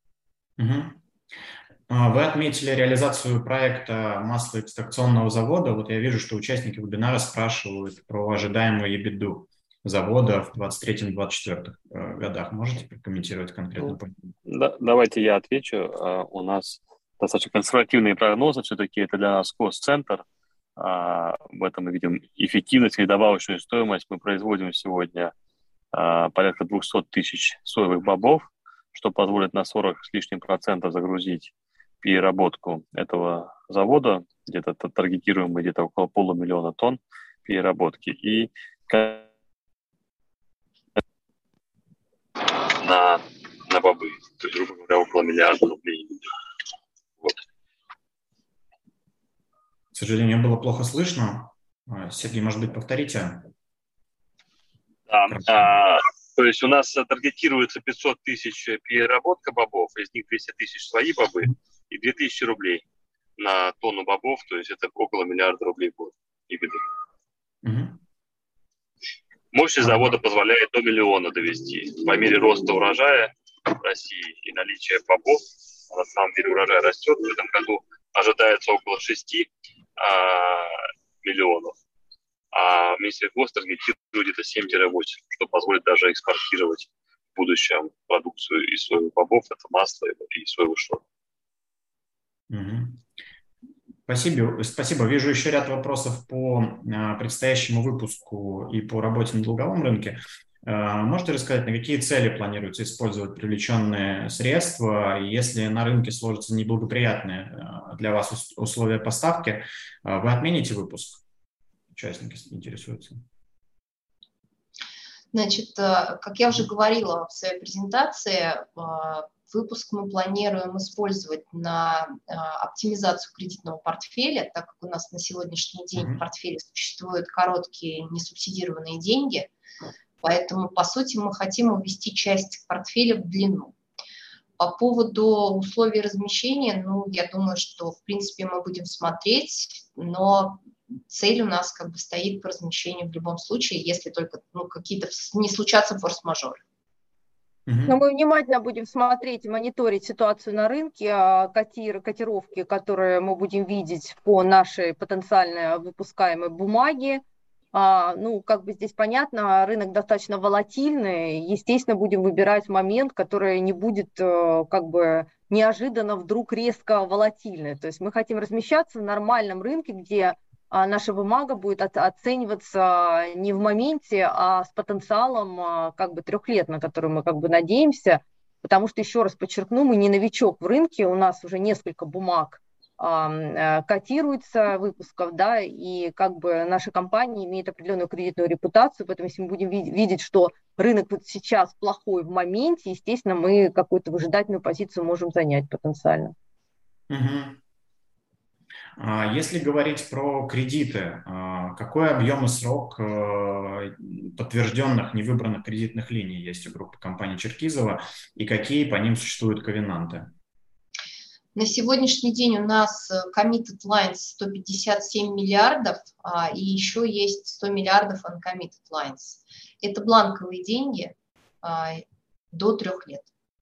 Вы отметили реализацию проекта маслоэкстракционного завода. Вот я вижу, что участники вебинара спрашивают про ожидаемую EBITDA завода в 2023-2024 годах. Можете прокомментировать конкретно? Давайте я отвечу. У нас достаточно консервативные прогнозы. Все-таки это для нас кост-центр. В этом мы видим эффективность и добавочную стоимость. Мы производим сегодня порядка 200 тысяч соевых бобов, что позволит на 40 с лишним % загрузить переработку этого завода. Где-то таргетируем мы где-то около 500 000 тонн переработки. И на бобы, то есть, грубо говоря, около 1 миллиарда рублей. Вот. К сожалению, было плохо слышно. Сергей, может быть, повторите? Да, то есть у нас таргетируется 500 тысяч переработка бобов, из них 200 тысяч свои бобы и 2000 рублей на тонну бобов, то есть это около 1 миллиарда рублей в год. Мощность завода позволяет до 1 миллиона довести. По мере роста урожая в России и наличия бобов, на самом деле урожай растет, в этом году ожидается около 6 миллионов. А Министерство ГОС таргетирует где-то 7-8, что позволит даже экспортировать в будущем продукцию из соевых бобов, это масло и соевый шрот. Спасибо. Вижу еще ряд вопросов по предстоящему выпуску и по работе на долговом рынке. Можете рассказать, на какие цели планируется использовать привлеченные средства? Если на рынке сложатся неблагоприятные для вас условия поставки, вы отмените выпуск? Участники интересуются. Значит, как я уже говорила в своей презентации, выпуск мы планируем использовать на оптимизацию кредитного портфеля, так как у нас на сегодняшний день в портфеле существуют короткие несубсидированные деньги, поэтому, по сути, мы хотим увести часть портфеля в длину. По поводу условий размещения, я думаю, что, в принципе, мы будем смотреть, но цель у нас как бы стоит по размещению в любом случае, если только какие-то не случатся форс-мажоры. Но мы внимательно будем смотреть и мониторить ситуацию на рынке, котировки, которые мы будем видеть по нашей потенциально выпускаемой бумаге. Как бы здесь понятно, рынок достаточно волатильный. Естественно, будем выбирать момент, который не будет как бы неожиданно вдруг резко волатильный. То есть мы хотим размещаться в нормальном рынке, где наша бумага будет оцениваться не в моменте, а с потенциалом как бы 3 лет, на который мы как бы надеемся, потому что, еще раз подчеркну, мы не новичок в рынке, у нас уже несколько бумаг котируется выпусков, да, и как бы наша компания имеет определенную кредитную репутацию, поэтому если мы будем видеть, что рынок вот сейчас плохой в моменте, естественно, мы какую-то выжидательную позицию можем занять потенциально. Если говорить про кредиты, какой объем и срок подтвержденных невыбранных кредитных линий есть у группы компании Черкизово и какие по ним существуют ковенанты? На сегодняшний день у нас committed lines 157 миллиардов, и еще есть 100 миллиардов uncommitted lines. Это бланковые деньги до 3 лет.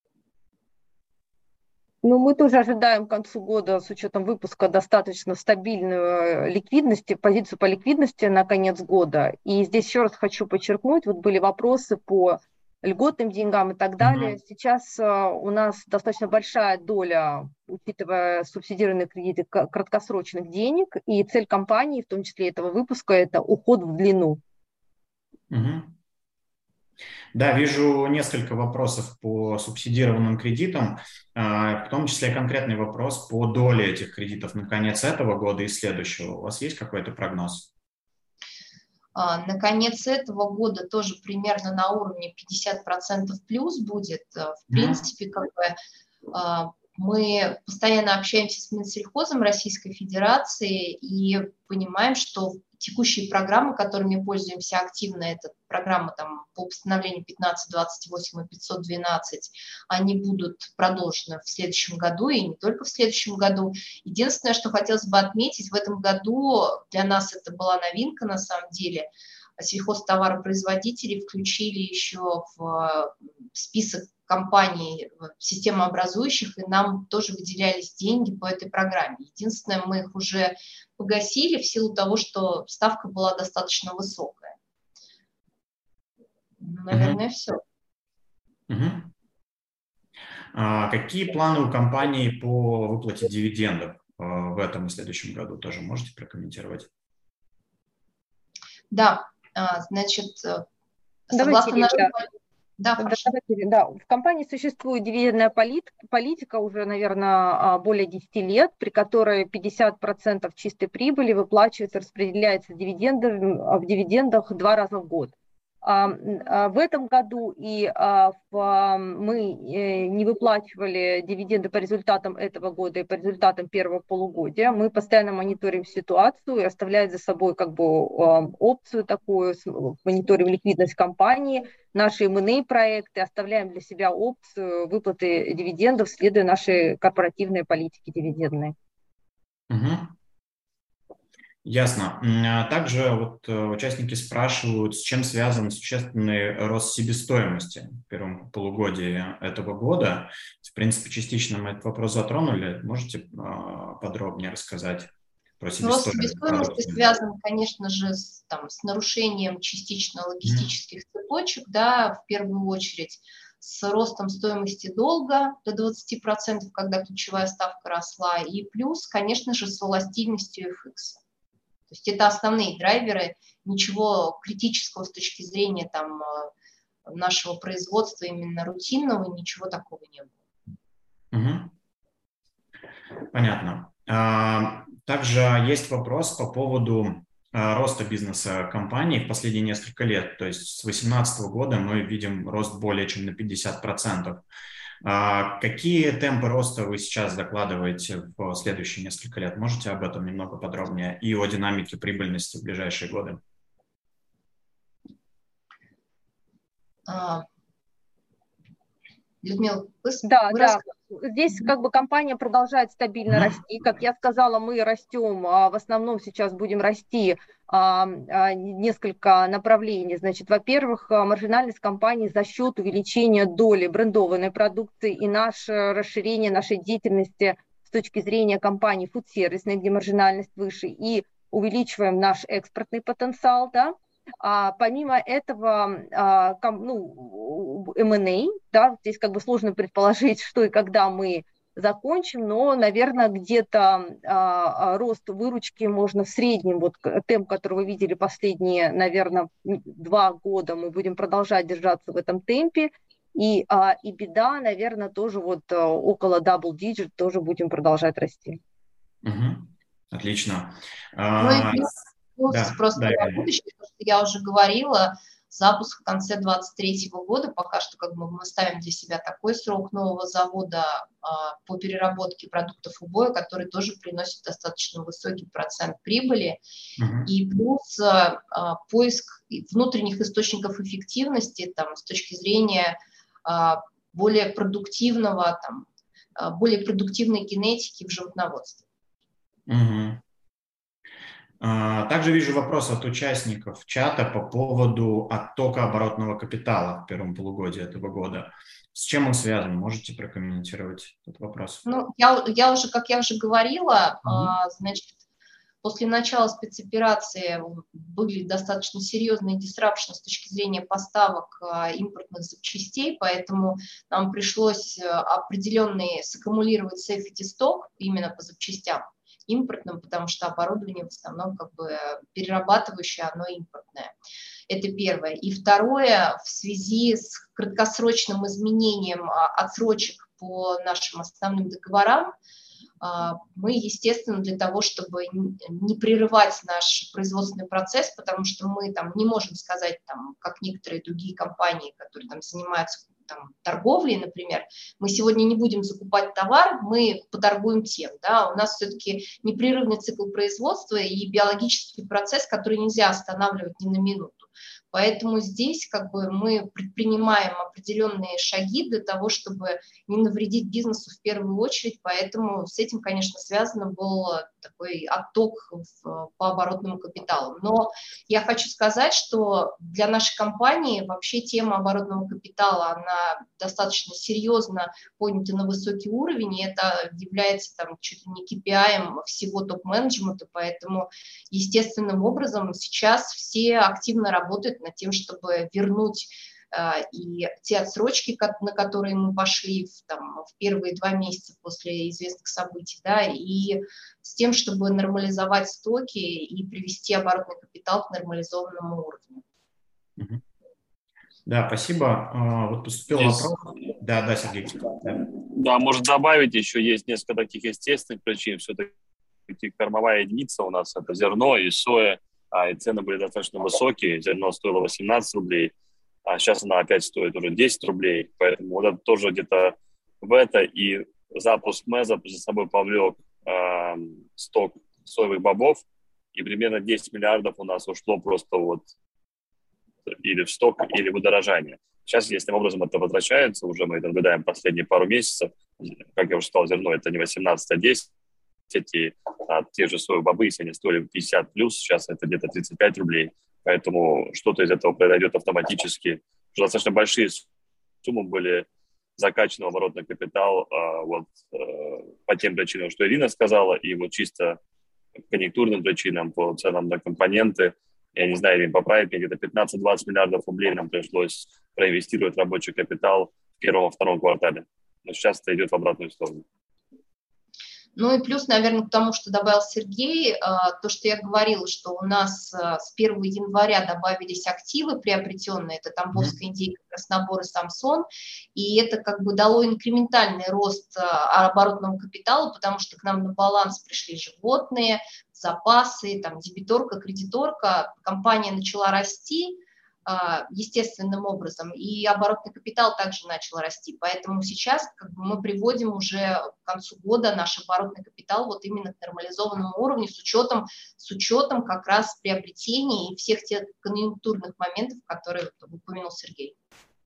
Мы тоже ожидаем к концу года с учетом выпуска достаточно стабильную позицию по ликвидности на конец года. И здесь еще раз хочу подчеркнуть, вот были вопросы по льготным деньгам и так далее. Сейчас у нас достаточно большая доля, учитывая субсидированные кредиты, краткосрочных денег, и цель компании, в том числе этого выпуска, это уход в длину. Да, вижу несколько вопросов по субсидированным кредитам, в том числе конкретный вопрос по доле этих кредитов на конец этого года и следующего. У вас есть какой-то прогноз? На конец этого года тоже примерно на уровне 50% плюс будет. В принципе, как бы мы постоянно общаемся с Минсельхозом Российской Федерации и понимаем, что текущие программы, которыми пользуемся активно, это программы там, по постановлению 1528 и 512, они будут продолжены в следующем году и не только в следующем году. Единственное, что хотелось бы отметить, в этом году для нас это была новинка на самом деле. Сельхозтоваропроизводителей включили еще в список компаний системообразующих, и нам тоже выделялись деньги по этой программе. Единственное, мы их уже погасили в силу того, что ставка была достаточно высокая. Наверное, все. Какие планы у компании по выплате дивидендов в этом и следующем году? Тоже можете прокомментировать? Да, значит, согласно нашей... Да, в компании существует дивидендная политика уже, наверное, более 10 лет, при которой 50% чистой прибыли выплачивается, распределяется в дивидендах 2 раза в год. В этом году мы не выплачивали дивиденды по результатам этого года и по результатам первого полугодия. Мы постоянно мониторим ситуацию и оставляем за собой как бы опцию такую, мониторим ликвидность компании, наши M&A проекты, оставляем для себя опцию выплаты дивидендов, следуя нашей корпоративной политике дивидендной. Ясно. Также вот участники спрашивают, с чем связан существенный рост себестоимости в первом полугодии этого года. В принципе, частично мы этот вопрос затронули. Можете подробнее рассказать про себестоимость? Рост себестоимости связан, конечно же, с нарушением частично логистических цепочек, да, в первую очередь, с ростом стоимости долга до 20%, когда ключевая ставка росла, и плюс, конечно же, с волатильностью FX. То есть это основные драйверы, ничего критического с точки зрения там, нашего производства, именно рутинного, ничего такого не было. Понятно. Также есть вопрос по поводу роста бизнеса компании в последние несколько лет. То есть с 2018 года мы видим рост более чем на 50%. Какие темпы роста вы сейчас закладываете в следующие несколько лет? Можете об этом немного подробнее и о динамике прибыльности в ближайшие годы? Людмила, да. Здесь как бы компания продолжает стабильно расти. Как я сказала, мы растем, в основном сейчас будем расти несколько направлений. Значит, во-первых, маржинальность компании за счет увеличения доли брендованной продукции и наше расширение нашей деятельности с точки зрения компании фуд-сервисной, где маржинальность выше, и увеличиваем наш экспортный потенциал, да. Помимо этого, M&A, да, здесь как бы сложно предположить, что и когда мы закончим, но, наверное, где-то рост выручки можно в среднем, вот темп, который вы видели последние, наверное, 2 года, мы будем продолжать держаться в этом темпе, и EBITDA, наверное, тоже вот около double digit тоже будем продолжать расти. Отлично. Просто на будущее, потому что я уже говорила, запуск в конце 2023 года, пока что как бы мы ставим для себя такой срок нового завода по переработке продуктов убоя, который тоже приносит достаточно высокий процент прибыли, и плюс поиск внутренних источников эффективности там, с точки зрения более продуктивной генетики в животноводстве. Также вижу вопрос от участников чата по поводу оттока оборотного капитала в первом полугодии этого года. С чем он связан? Можете прокомментировать этот вопрос? Ну, как я уже говорила, значит, после начала спецоперации были достаточно серьезные дисрапшны с точки зрения поставок импортных запчастей, поэтому нам пришлось определенный саккумулировать сейфти-сток именно по запчастям импортным, потому что оборудование в основном как бы перерабатывающее, оно импортное. Это первое. И второе, в связи с краткосрочным изменением отсрочек по нашим основным договорам, мы, естественно, для того, чтобы не прерывать наш производственный процесс, потому что мы там не можем сказать, там, как некоторые другие компании, которые там занимаются там, торговлей, например, мы сегодня не будем закупать товар, мы поторгуем тем. Да? У нас все-таки непрерывный цикл производства и биологический процесс, который нельзя останавливать ни на минуту. Поэтому здесь как бы мы предпринимаем определенные шаги для того, чтобы не навредить бизнесу в первую очередь, поэтому с этим, конечно, связан был такой отток по оборотному капиталу. Но я хочу сказать, что для нашей компании вообще тема оборотного капитала, она достаточно серьезно поднята на высокий уровень, и это является там чуть ли не KPI всего топ-менеджмента, поэтому естественным образом сейчас все активно работают над тем, чтобы вернуть и те отсрочки, на которые мы пошли в первые 2 месяца после известных событий, да, и с тем, чтобы нормализовать стоки и привести оборотный капитал к нормализованному уровню. Да, спасибо. Вот поступил вопрос. Да, Сергей. Да, может добавить, еще есть несколько таких естественных причин. Все-таки кормовая единица у нас – это зерно и соя, и цены были достаточно высокие. Зерно стоило 18 рублей, а сейчас она опять стоит уже 10 рублей. Поэтому вот это тоже где-то в это. И запуск МЭЗа за собой повлек сток соевых бобов, и примерно 10 миллиардов у нас ушло просто вот или в сток, или в удорожание. Сейчас, естественным образом, это возвращается, уже мы это наблюдаем последние пару месяцев. Как я уже сказал, зерно это не 18, а 10. Те же соевые бобы, если они стоили 50 плюс, сейчас это где-то 35 рублей. Поэтому что-то из этого произойдет автоматически. Достаточно большие суммы были закачаны в оборотный капитал по тем причинам, что Ирина сказала, и вот чисто конъюнктурным причинам, по ценам на компоненты. Я не знаю, Ирина поправит, где-то 15-20 миллиардов рублей нам пришлось проинвестировать в рабочий капитал в первом и втором квартале. Но сейчас это идет в обратную сторону. Ну и плюс, наверное, к тому, что добавил Сергей, то, что я говорила, что у нас с 1 января добавились активы приобретенные, это Тамбовская индейка, Краснобор и Самсон, и это как бы дало инкрементальный рост оборотного капитала, потому что к нам на баланс пришли животные, запасы, там, дебиторка, кредиторка, компания начала расти естественным образом, и оборотный капитал также начал расти. Поэтому сейчас как бы, мы приводим уже к концу года наш оборотный капитал вот именно к нормализованному уровню с учетом как раз приобретений и всех тех конъюнктурных моментов, которые упомянул Сергей.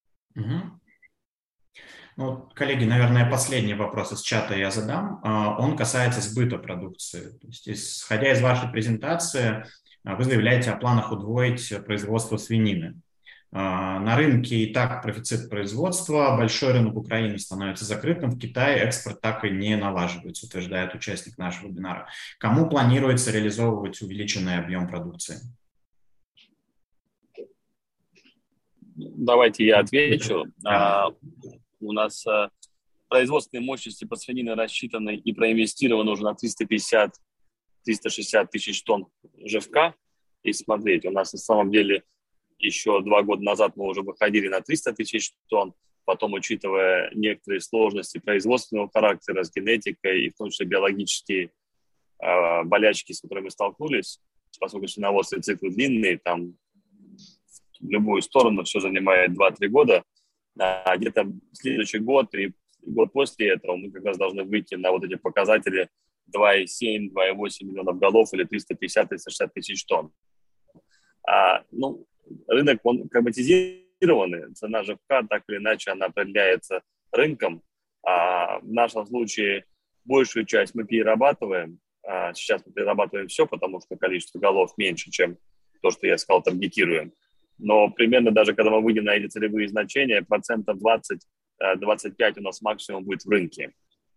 Ну, коллеги, наверное, последний вопрос из чата я задам. Он касается сбыта продукции. То есть, исходя из вашей презентации, вы заявляете о планах удвоить производство свинины. На рынке и так профицит производства, большой рынок Украины становится закрытым, в Китае экспорт так и не налаживается, утверждает участник нашего вебинара. Кому планируется реализовывать увеличенный объем продукции? Давайте я отвечу. У нас производственные мощности по свинине рассчитаны и проинвестированы уже на 350-360 тысяч тонн живка. И смотреть, у нас на самом деле еще 2 года назад мы уже выходили на 300 тысяч тонн, потом, учитывая некоторые сложности производственного характера с генетикой и в том числе биологические болячки, с которыми мы столкнулись, поскольку свиноводство циклы длинные, там в любую сторону все занимает 2-3 года, а где-то следующий год и год после этого мы как раз должны выйти на вот эти показатели 2,7, 2,8 миллионов голов или 350-360 тысяч тонн. Рынок, он коммодитизированный, цена живка так или иначе она определяется рынком. В нашем случае большую часть мы перерабатываем. Сейчас мы перерабатываем все, потому что количество голов меньше, чем то, что я сказал, таргетируем. Но примерно даже когда мы выйдем на эти целевые значения, 20-25% у нас максимум будет в рынке.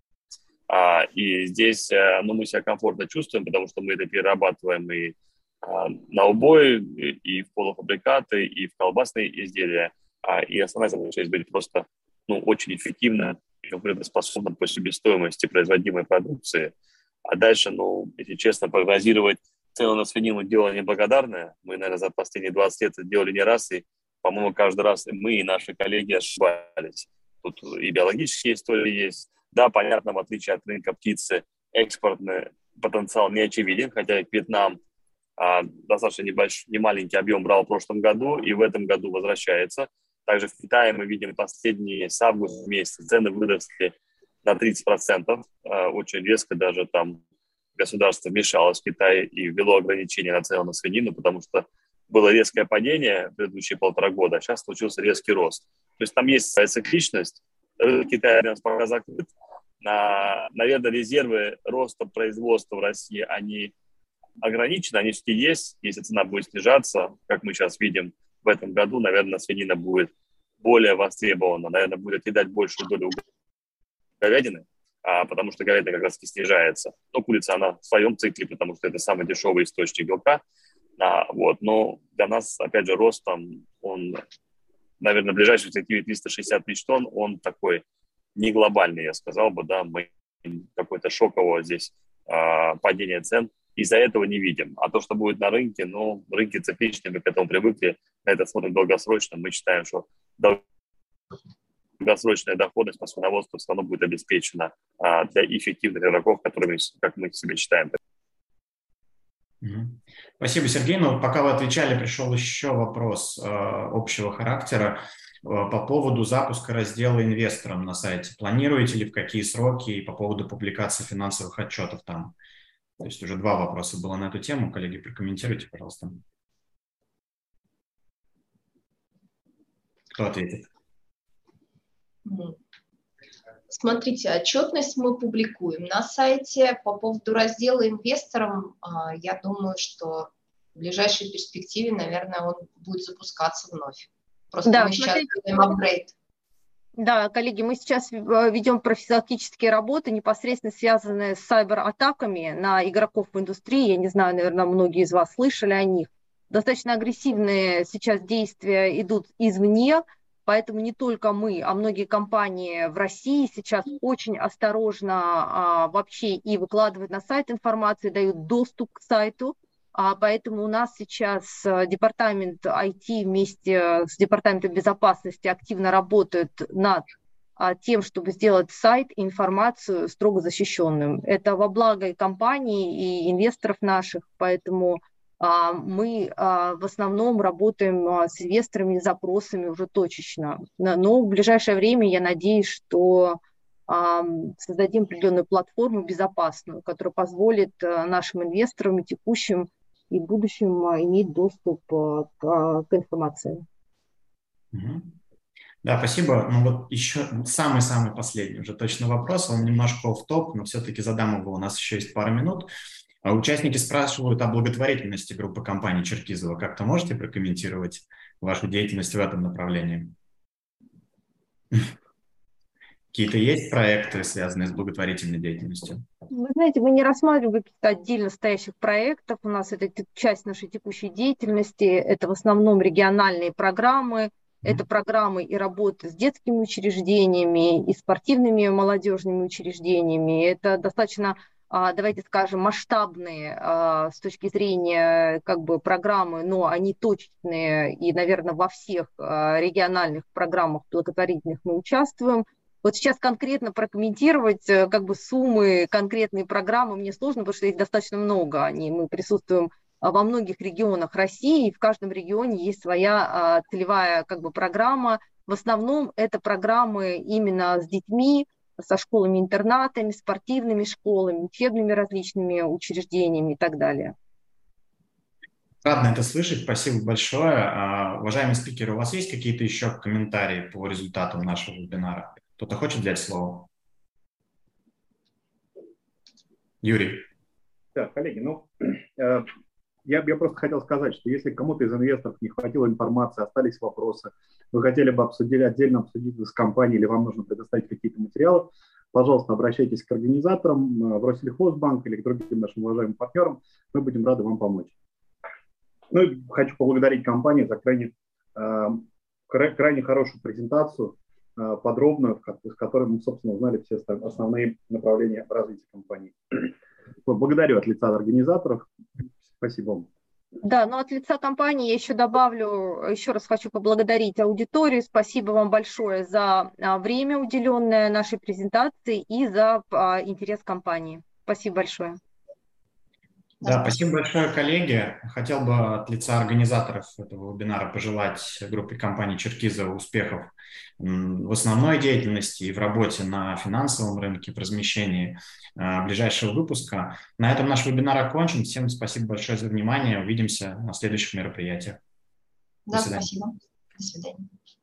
И здесь мы себя комфортно чувствуем, потому что мы это перерабатываем и на убой, и в полуфабрикаты, и в колбасные изделия. И основная задача быть просто очень эффективно и конкурентоспособна по себестоимости производимой продукции. А дальше, если честно, прогнозировать цену на свинину дело неблагодарное. Мы, наверное, за последние 20 лет это делали не раз, и, по-моему, каждый раз мы и наши коллеги ошибались. Тут и биологические истории есть. Да, понятно, в отличие от рынка птицы, экспортный потенциал не очевиден, хотя Вьетнам достаточно немаленький объем брал в прошлом году и в этом году возвращается. Также в Китае мы видим последние с августа месяца цены выросли на 30%. Очень резко даже там государство вмешалось в Китай и ввело ограничения на цену на свинину, потому что было резкое падение в предыдущие 1,5 года, а сейчас случился резкий рост. То есть там есть своя цикличность. Китай пока закрыт. Наверное, резервы роста производства в России, они ограничены, они все-таки есть. Если цена будет снижаться, как мы сейчас видим в этом году, наверное, свинина будет более востребована, наверное, будет съедать большую долю говядины, потому что говядина как раз и снижается. Но курица, она в своем цикле, потому что это самый дешевый источник белка. Но для нас, опять же, рост там, он, наверное, в ближайшей перспективе 360 тысяч тонн, он такой не глобальный, я сказал бы, да, мы какой-то шокового здесь падения цен из-за этого не видим. А то, что будет на рынке, рынки цикличные, мы к этому привыкли, на это смотрим долгосрочно, мы считаем, что долгосрочная доходность по свиноводству все равно будет обеспечена для эффективных игроков, которыми, как мы себе считаем. Спасибо, Сергей. Пока вы отвечали, пришел еще вопрос общего характера по поводу запуска раздела инвесторам на сайте. Планируете ли, в какие сроки, и по поводу публикации финансовых отчетов там? То есть уже 2 вопроса было на эту тему. Коллеги, прокомментируйте, пожалуйста. Кто ответит? Смотрите, отчетность мы публикуем на сайте. По поводу раздела инвесторам, я думаю, что в ближайшей перспективе, наверное, он будет запускаться вновь. Просто да, мы сейчас делаем апгрейд. Да, коллеги, мы сейчас ведем профилактические работы, непосредственно связанные с сайбер-атаками на игроков в индустрии. Я не знаю, наверное, многие из вас слышали о них. Достаточно агрессивные сейчас действия идут извне, поэтому не только мы, а многие компании в России сейчас очень осторожно вообще и выкладывают на сайт информацию, дают доступ к сайту. Поэтому у нас сейчас департамент IT вместе с департаментом безопасности активно работают над тем, чтобы сделать сайт и информацию строго защищенным. Это во благо и компаний, и инвесторов наших, поэтому мы в основном работаем с инвесторами, с запросами уже точечно. Но в ближайшее время я надеюсь, что создадим определенную платформу безопасную, которая позволит нашим инвесторам и текущим и в будущем иметь доступ к информации. Да, спасибо. Еще самый-самый последний уже точно вопрос. Он немножко офф-топ, но все-таки задам его. У нас еще есть пару минут. Участники спрашивают о благотворительности группы компаний Черкизово. Как-то можете прокомментировать вашу деятельность в этом направлении? Какие-то есть проекты, связанные с благотворительной деятельностью? Вы знаете, мы не рассматриваем каких-то отдельно стоящих проектов. У нас это часть нашей текущей деятельности. Это в основном региональные программы. Это программы и работы с детскими учреждениями, и спортивными молодежными учреждениями. Это достаточно, давайте скажем, масштабные с точки зрения программы, но они точечные. И, наверное, во всех региональных программах благотворительных мы участвуем. Вот сейчас конкретно прокомментировать суммы, конкретные программы мне сложно, потому что их достаточно много. Мы присутствуем во многих регионах России, и в каждом регионе есть своя целевая программа. В основном это программы именно с детьми, со школами-интернатами, спортивными школами, учебными различными учреждениями и так далее. Рад это слышать. Спасибо большое. Уважаемые спикеры, у вас есть какие-то еще комментарии по результатам нашего вебинара? Кто-то хочет взять слово? Юрий. Да, коллеги, я просто хотел сказать, что если кому-то из инвесторов не хватило информации, остались вопросы, вы хотели бы отдельно обсудить с компанией или вам нужно предоставить какие-то материалы, пожалуйста, обращайтесь к организаторам в Россельхозбанк или к другим нашим уважаемым партнерам, мы будем рады вам помочь. И хочу поблагодарить компанию за крайне хорошую презентацию, подробную, в которой мы, собственно, узнали все основные направления развития компании. Благодарю от лица организаторов. Спасибо. Да, но от лица компании я еще добавлю, еще раз хочу поблагодарить аудиторию. Спасибо вам большое за время, уделенное нашей презентации, и за интерес компании. Спасибо большое. Да, спасибо большое, коллеги. Хотел бы от лица организаторов этого вебинара пожелать группе компании Черкиза успехов в основной деятельности и в работе на финансовом рынке, в размещении ближайшего выпуска. На этом наш вебинар окончен. Всем спасибо большое за внимание. Увидимся на следующих мероприятиях. Да, спасибо. До свидания.